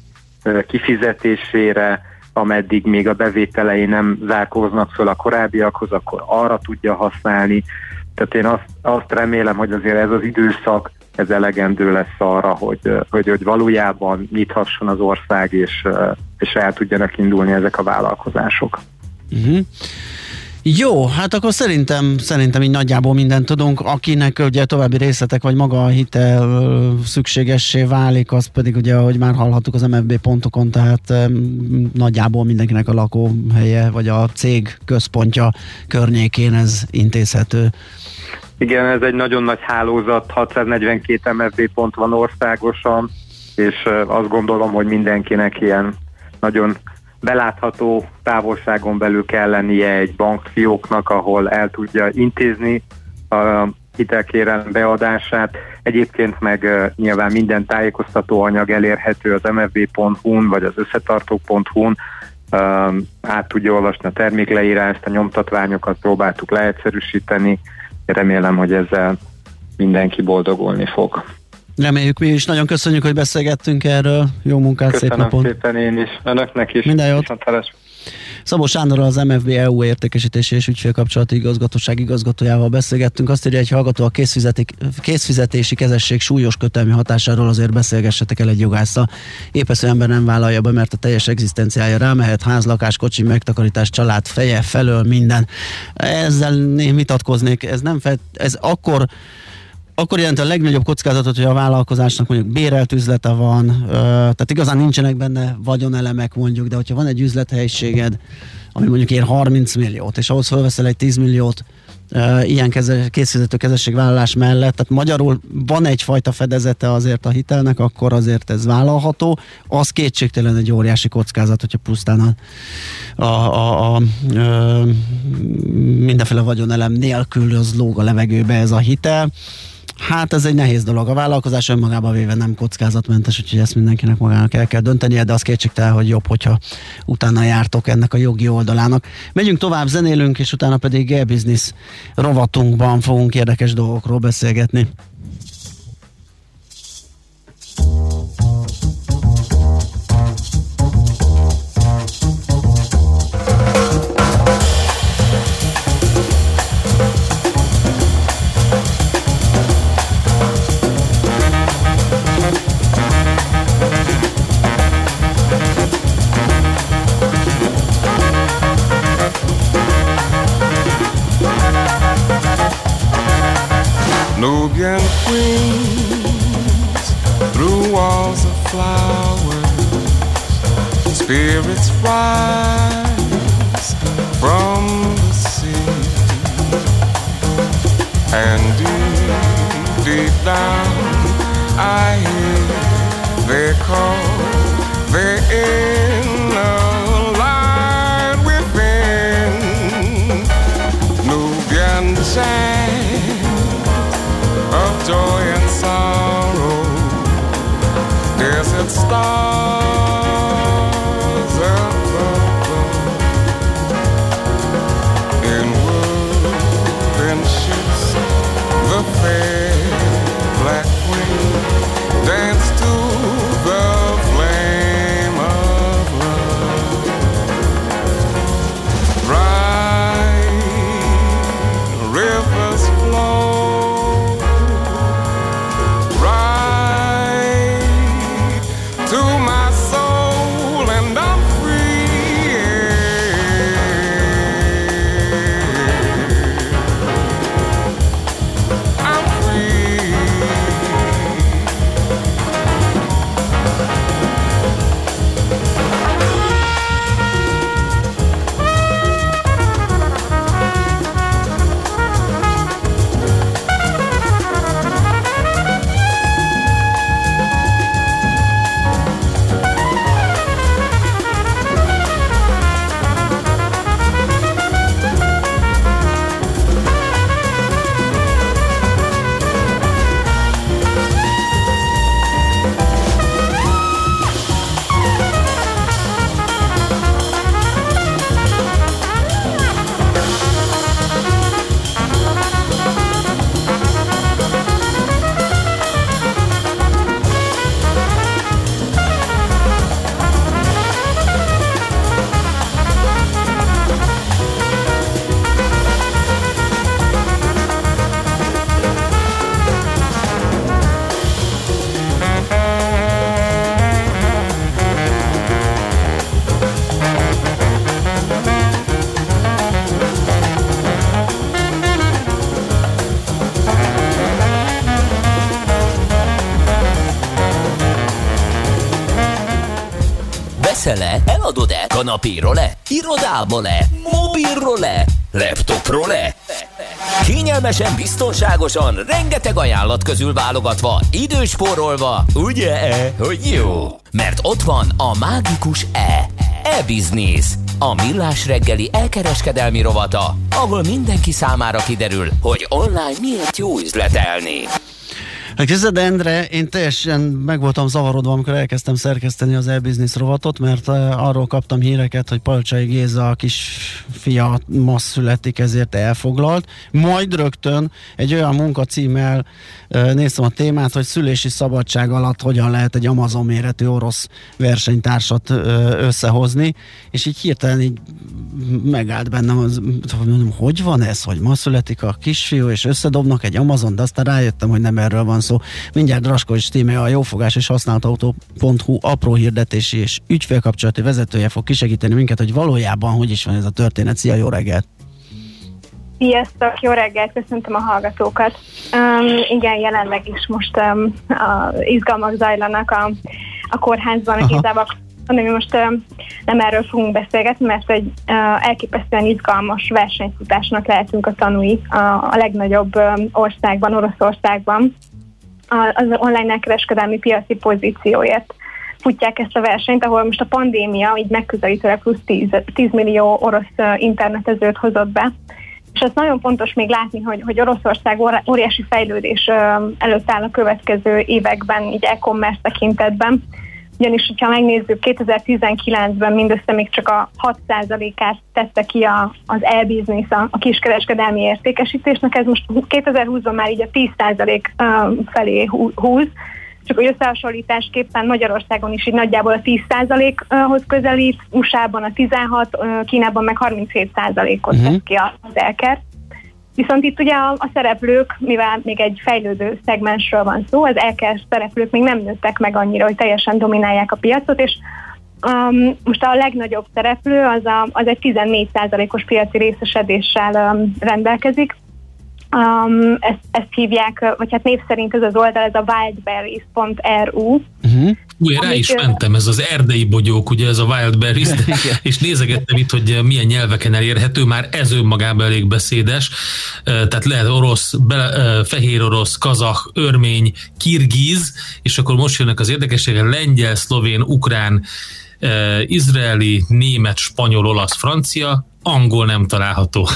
kifizetésére, ameddig még a bevételei nem zárkóznak föl a korábbiakhoz, akkor arra tudja használni. Tehát én azt, azt remélem, hogy azért ez az időszak, ez elegendő lesz arra, hogy, hogy, hogy valójában nyithasson az ország, és, és el tudjanak indulni ezek a vállalkozások. Uh-huh. Jó, hát akkor szerintem, szerintem így nagyjából mindent tudunk. Akinek ugye további részletek, vagy maga a hitel szükségessé válik, az pedig ugye, ahogy már hallhattuk az em ef bé pontokon, tehát um, nagyjából mindenkinek a lakóhelye, vagy a cég központja környékén ez intézhető. Igen, ez egy nagyon nagy hálózat, hatszáznegyvenkét em ef bé pont van országosan, és azt gondolom, hogy mindenkinek ilyen nagyon belátható távolságon belül kell lennie egy bankfióknak, ahol el tudja intézni a hitelkérelem beadását. Egyébként meg nyilván minden tájékoztató anyag elérhető az em ef bé pont hu-n vagy az összetartók pont hu-n. Át tudja olvasni a termékleírást, a nyomtatványokat próbáltuk leegyszerűsíteni. Remélem, hogy ezzel mindenki boldogulni fog. Reméljük mi is. Nagyon köszönjük, hogy beszélgettünk erről. Jó munkát, Köszönöm szép napot. szépen én is. Önöknek is. Minden jót. Viszontlátásra. Szabó Sándorral, az em ef bé é u értékesítési és ügyfélkapcsolati igazgatóság igazgatójával beszélgettünk. Azt írja egy hallgató, a készfizetési kezesség súlyos kötelmi hatásáról azért beszélgessetek el egy jogásszal. Épesző ember nem vállalja be, mert a teljes egzisztenciája rámehet, ház, lakás, kocsi, megtakarítás, család, feje, felől minden. Ezzel én vitatkoznék. Ez nem fel, ez akkor akkor jelenti a legnagyobb kockázatot, hogy a vállalkozásnak mondjuk bérelt üzlete van, ö, tehát igazán nincsenek benne vagyonelemek mondjuk, de hogyha van egy üzlethelyiséged, ami mondjuk ér harminc milliót, és ahhoz felveszel egy tíz milliót ö, ilyen keze, készfizető kezességvállalás mellett, tehát magyarul van egyfajta fedezete azért a hitelnek, akkor azért ez vállalható. Az kétségtelen egy óriási kockázat, hogyha pusztán a, a, a, a ö, mindenféle vagyonelem nélkül az lóg a levegőbe ez a hitel. Hát ez egy nehéz dolog. A vállalkozás önmagában véve nem kockázatmentes, úgyhogy ezt mindenkinek magának el kell döntenie, de az kétségtelen, hogy jobb, hogyha utána jártok ennek a jogi oldalának. Megyünk tovább, zenélünk, és utána pedig e-business rovatunkban fogunk érdekes dolgokról beszélgetni. Nubian queens through walls of flowers, spirits rise from the sea, and deep, deep down I hear they call their inner light within. Nubian chant of joy and sorrow, desert stars above, in wooden ships the fair black queen dance to the flame. Veszel-e? Eladod-e? Kanapéról-e? Irodából-e? Mobilról-e? Laptopról-e? Kényelmesen, biztonságosan, rengeteg ajánlat közül válogatva, időspórolva, ugye-e, hogy jó? Mert ott van a mágikus E. E-Business, a millás reggeli elkereskedelmi rovata, ahol mindenki számára kiderül, hogy online miért jó üzletelni. Hát képzeld, Endre, én teljesen meg voltam zavarodva, amikor elkezdtem szerkeszteni az e-business rovatot, mert uh, arról kaptam híreket, hogy Palcsai Géza a kisfia ma születik, ezért elfoglalt. Majd rögtön egy olyan munkacímmel uh, néztem a témát, hogy szülési szabadság alatt hogyan lehet egy Amazon méretű orosz versenytársat uh, összehozni, és így hirtelen így megállt bennem, az, mondom, hogy van ez, hogy ma születik a kisfiú, és összedobnak egy Amazon, de aztán rájöttem, hogy nem erről van szó. Mindjárt Draskovics Tíme, a jófogás és használt autó pont hu apró hirdetési és ügyfélkapcsolati vezetője fog kisegíteni minket, hogy valójában hogy is van ez a történet. Szia, jó reggelt! Sziasztok, jó reggelt, köszöntöm a hallgatókat. Um, igen, jelenleg is most um, a izgalmak zajlanak a, a kórházban, a Gézával, ami most um, nem erről fogunk beszélgetni, mert egy uh, elképesztően izgalmas versenyfutásnak lehetünk a tanúi a, a legnagyobb um, országban, Oroszországban. Az online elkereskedelmi piaci pozícióért futják ezt a versenyt, ahol most a pandémia így megközelítőleg plusz tíz millió orosz internetezőt hozott be. És az nagyon fontos még látni, hogy, hogy Oroszország óriási fejlődés előtt áll a következő években, így e-commerce tekintetben. Ugyanis, hogyha megnézzük, kétezer-tizenkilencben mindössze még csak a hat százalékát tette ki a, az e-business, a, a kiskereskedelmi értékesítésnek, ez most kétezer-húszban már így a tíz százalék felé húz, csak hogy összehasonlításképpen Magyarországon is így nagyjából a tíz százalékhoz közelít, u es á-ban a tizenhat, Kínában meg harminchét százalékot tett ki az elker. Viszont itt ugye a, a szereplők, mivel még egy fejlődő szegmensről van szó, az elker szereplők még nem nőttek meg annyira, hogy teljesen dominálják a piacot, és um, most a legnagyobb szereplő az, a, az egy tizennégy százalékos piaci részesedéssel um, rendelkezik. Um, ezt, ezt hívják, vagy hát név szerint ez az oldal, ez a wildberries pont er u. Uh-huh. Ugye rá is mentem, ez az erdei bogyók, ugye ez a Wildberries, és nézegettem itt, hogy milyen nyelveken elérhető, már ez önmagában elég beszédes, tehát lehet orosz, be, fehér orosz, kazah, örmény, kirgiz, és akkor most jönnek az érdekességek, lengyel, szlovén, ukrán, izraeli, német, spanyol, olasz, francia, angol nem található.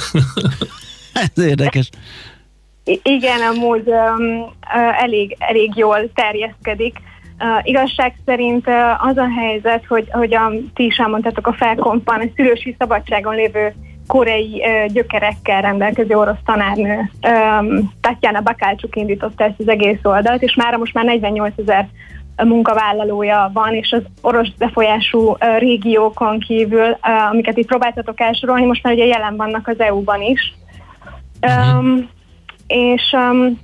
Ez érdekes. I- igen, amúgy um, uh, elég, elég jól terjeszkedik. Uh, igazság szerint uh, az a helyzet, hogy, hogy a, ti is elmondtátok a felkompban, a szülősi szabadságon lévő koreai uh, gyökerekkel rendelkező orosz tanárnő um, Tatjana Bakalcsuk indította ezt az egész oldalt, és mára most már negyvennyolcezer munkavállalója van, és az orosz befolyású uh, régiókon kívül, uh, amiket itt próbáltatok elsorolni, most már ugye jelen vannak az é u-ban is. Um, és um,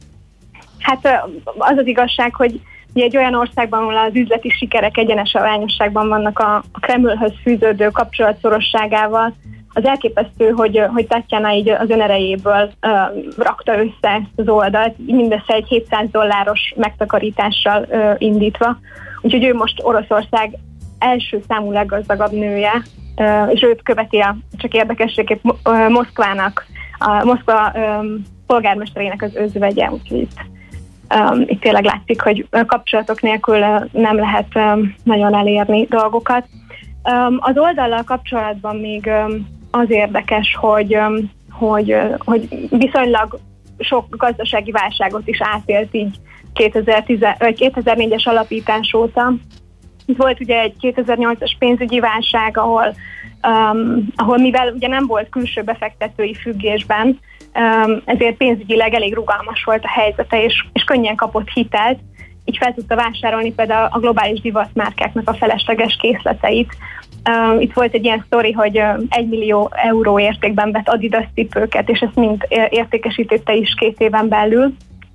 hát az az igazság, hogy egy olyan országban, ahol az üzleti sikerek egyenes arányosságban vannak a, a Kremlhöz fűződő kapcsolatszorosságával, az elképesztő, hogy, hogy Tatjana így az önerejéből uh, rakta össze ezt az oldalt, mindössze egy hétszáz dolláros megtakarítással uh, indítva. Úgyhogy ő most Oroszország első számú leggazdagabb nője, uh, és őt követi a, csak érdekességképp uh, Moszkvának, a Moszkva um, polgármesterének az özvegye, úgyhogy itt, um, itt tényleg látszik, hogy kapcsolatok nélkül uh, nem lehet um, nagyon elérni dolgokat. Um, az oldallal kapcsolatban még um, az érdekes, hogy, um, hogy, uh, hogy viszonylag sok gazdasági válságot is átélt így kétezer-négyes alapítás óta. Volt ugye egy kétezer-nyolcas pénzügyi válság, ahol Um, ahol mivel ugye nem volt külső befektetői függésben, um, ezért pénzügyileg elég rugalmas volt a helyzete, és, és könnyen kapott hitelt, így fel tudta vásárolni például a globális divatmárkáknak a felesleges készleteit. Um, itt volt egy ilyen sztori, hogy um, egy millió euró értékben vett Adidas cipőket, és ezt mind értékesítette is két éven belül.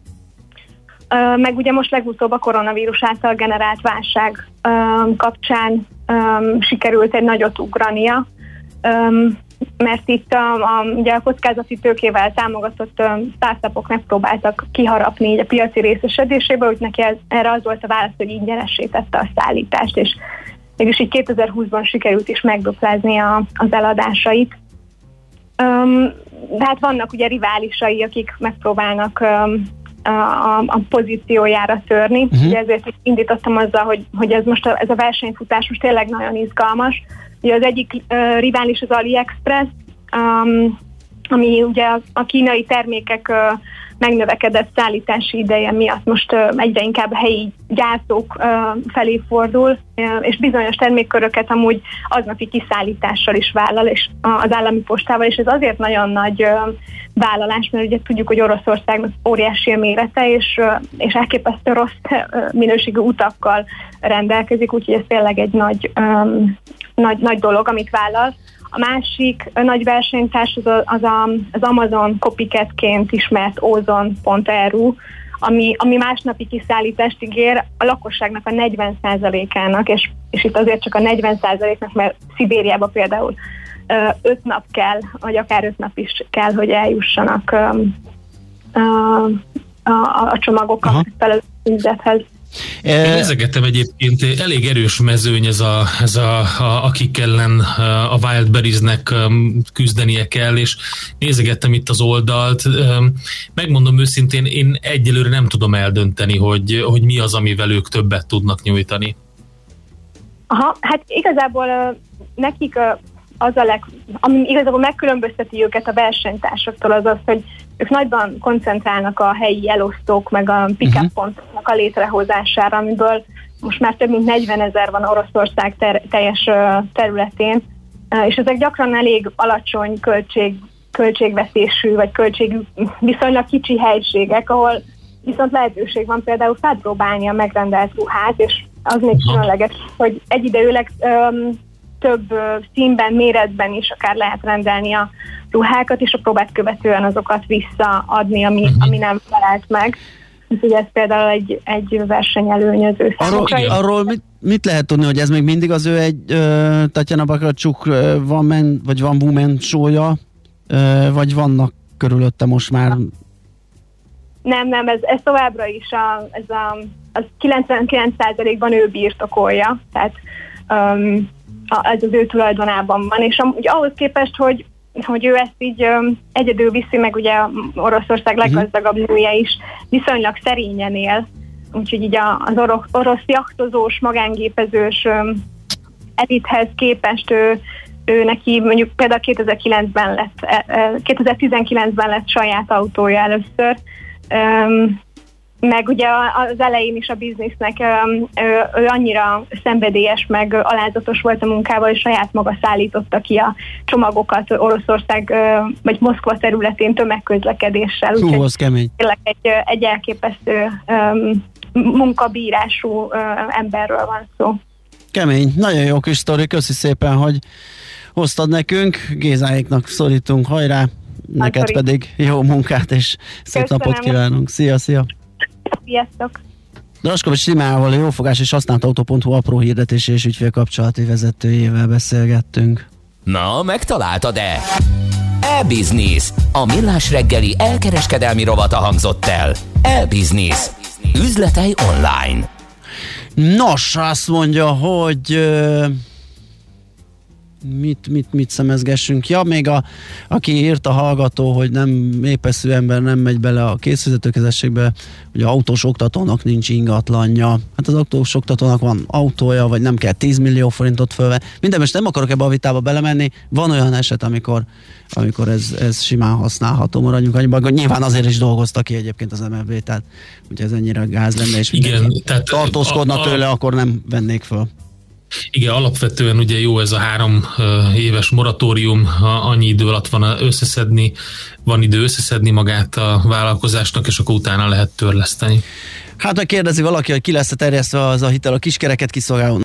Uh, meg ugye most legutóbb a koronavírus által generált válság um, kapcsán um, sikerült egy nagyot ugrania, um, mert itt a, a, ugye a kockázati tőkével támogatott um, startupok megpróbáltak kiharapni a piaci részesedésébe, úgy neki ez, erre az volt a válasz, hogy ingyenessé tette a szállítást, és, mégis így kétezer-húszban sikerült is megduplázni a, az eladásait. Um, de hát vannak ugye riválisai, akik megpróbálnak um, a, a, a pozíciójára törni. Uh-huh. Ugye ezért indítottam azzal, hogy, hogy ez most a, ez a versenyfutás most tényleg nagyon izgalmas. Ugye az egyik uh, rivális az AliExpress, um, ami ugye a, a kínai termékek uh, megnövekedett szállítási ideje miatt most uh, egyre inkább helyi gyártók uh, felé fordul, uh, és bizonyos termékköröket amúgy aznapi kiszállítással is vállal, és az állami postával, és ez azért nagyon nagy uh, vállalás, mert ugye tudjuk, hogy Oroszországnak óriási a mérete, és, uh, és elképesztő rossz uh, minőségű utakkal rendelkezik, úgyhogy ez tényleg egy nagy, um, nagy, nagy dolog, amit vállal. A másik nagy versenytárs az, a, az, a, az Amazon copycatként ismert ozon pont e u, ami, ami másnapi kiszállítást ígér a lakosságnak a negyven százalékának, és, és itt azért csak a negyven százaléknak, mert Szibériába például öt nap kell, vagy akár öt nap is kell, hogy eljussanak um, a, a, a csomagok a felelős üzlethez. Én nézegettem egyébként, elég erős mezőny ez, a, ez a, a, akik ellen a Wildberriesnek küzdenie kell, és nézegettem itt az oldalt. Megmondom őszintén, én egyelőre nem tudom eldönteni, hogy, hogy mi az, amivel ők többet tudnak nyújtani. Aha, hát igazából nekik az a leg, ami igazából megkülönbözteti őket a versenytársaktól, az az, hogy ők nagyban koncentrálnak a helyi elosztók, meg a pick-up uh-huh. pontoknak a létrehozására, amiből most már több mint negyvenezer van Oroszország ter- teljes területén, és ezek gyakran elég alacsony költség, költségvetésű, vagy költségű viszonylag kicsi helységek, ahol viszont lehetőség van például felpróbálni a megrendelt ruhát, és az még különleges, hogy egyidejűleg um, több színben, méretben is akár lehet rendelni a ruhákat, és a próbát követően azokat visszaadni, ami, ami nem felelt meg. Úgyhogy ez például egy, egy versenyelőnyöző számukra. Arról, arról mit, mit lehet tudni, hogy ez még mindig az ő egy uh, Tatjana Bakarcsuk uh, van men, vagy van woman show-ja, uh, vagy vannak körülötte most már? Nem, nem, ez, ez továbbra is a, ez a, az kilencvenkilenc százalékban ő birtokolja, tehát um, ez az ő tulajdonában van, és am, ugye ahhoz képest, hogy, hogy ő ezt így um, egyedül viszi, meg ugye Oroszország leggazdagabb nője is viszonylag szerényen él, úgyhogy így a, az orosz, orosz jachtozós, magángépezős um, elithez képest ő, ő neki mondjuk például kétezer-kilencben lett, kétezer-tizenkilencben lett saját autója először, um, meg ugye az elején is a biznisznek ő, ő annyira szenvedélyes, meg alázatos volt a munkával, és saját maga szállította ki a csomagokat Oroszország vagy Moszkva területén tömegközlekedéssel. Hú, az kemény. Tényleg egy, egy elképesztő um, munkabírású uh, emberről van szó. Kemény, nagyon jó kis sztori, köszi szépen, hogy hoztad nekünk, Gézáéknak szorítunk, hajrá, neked Nagy pedig jó munkát és szép Köszönöm. Napot kívánunk. Szia, szia! Sziasztok! Draskovics Timával, a Jófogás és Használt Autó pont hu apró hirdetési és ügyfélkapcsolati vezetőjével beszélgettünk. Na, megtaláltad-e? E-Business. A millás reggeli elkereskedelmi rovata hangzott el. E-Business. Üzletei online. Nos, azt mondja, hogy... Uh... Mit, mit, mit szemezgessünk? Ja, még a, aki írt a hallgató, hogy nem épeszű ember nem megy bele a készfizetőkezességbe, hogy autós oktatónak nincs ingatlanja. Hát az autós oktatónak van autója, vagy nem kell tíz millió forintot fölvenni. Minden, most nem akarok ebbe a vitába belemenni, van olyan eset, amikor, amikor ez, ez simán használható, maradjunk annyiban. Nyilván azért is dolgoztak ki egyébként az em ef bé, tehát hogyha ez ennyire gáz lenne, és igen, tehát tartózkodna a, a, tőle, akkor nem vennék föl. Igen, alapvetően ugye jó ez a három uh, éves moratórium, ha annyi idő alatt van összeszedni, van idő összeszedni magát a vállalkozásnak, és akkor utána lehet törleszteni. Hát, ha kérdezi valaki, hogy ki lesz terjesztve az a hitel a kiskereket kiszolgáló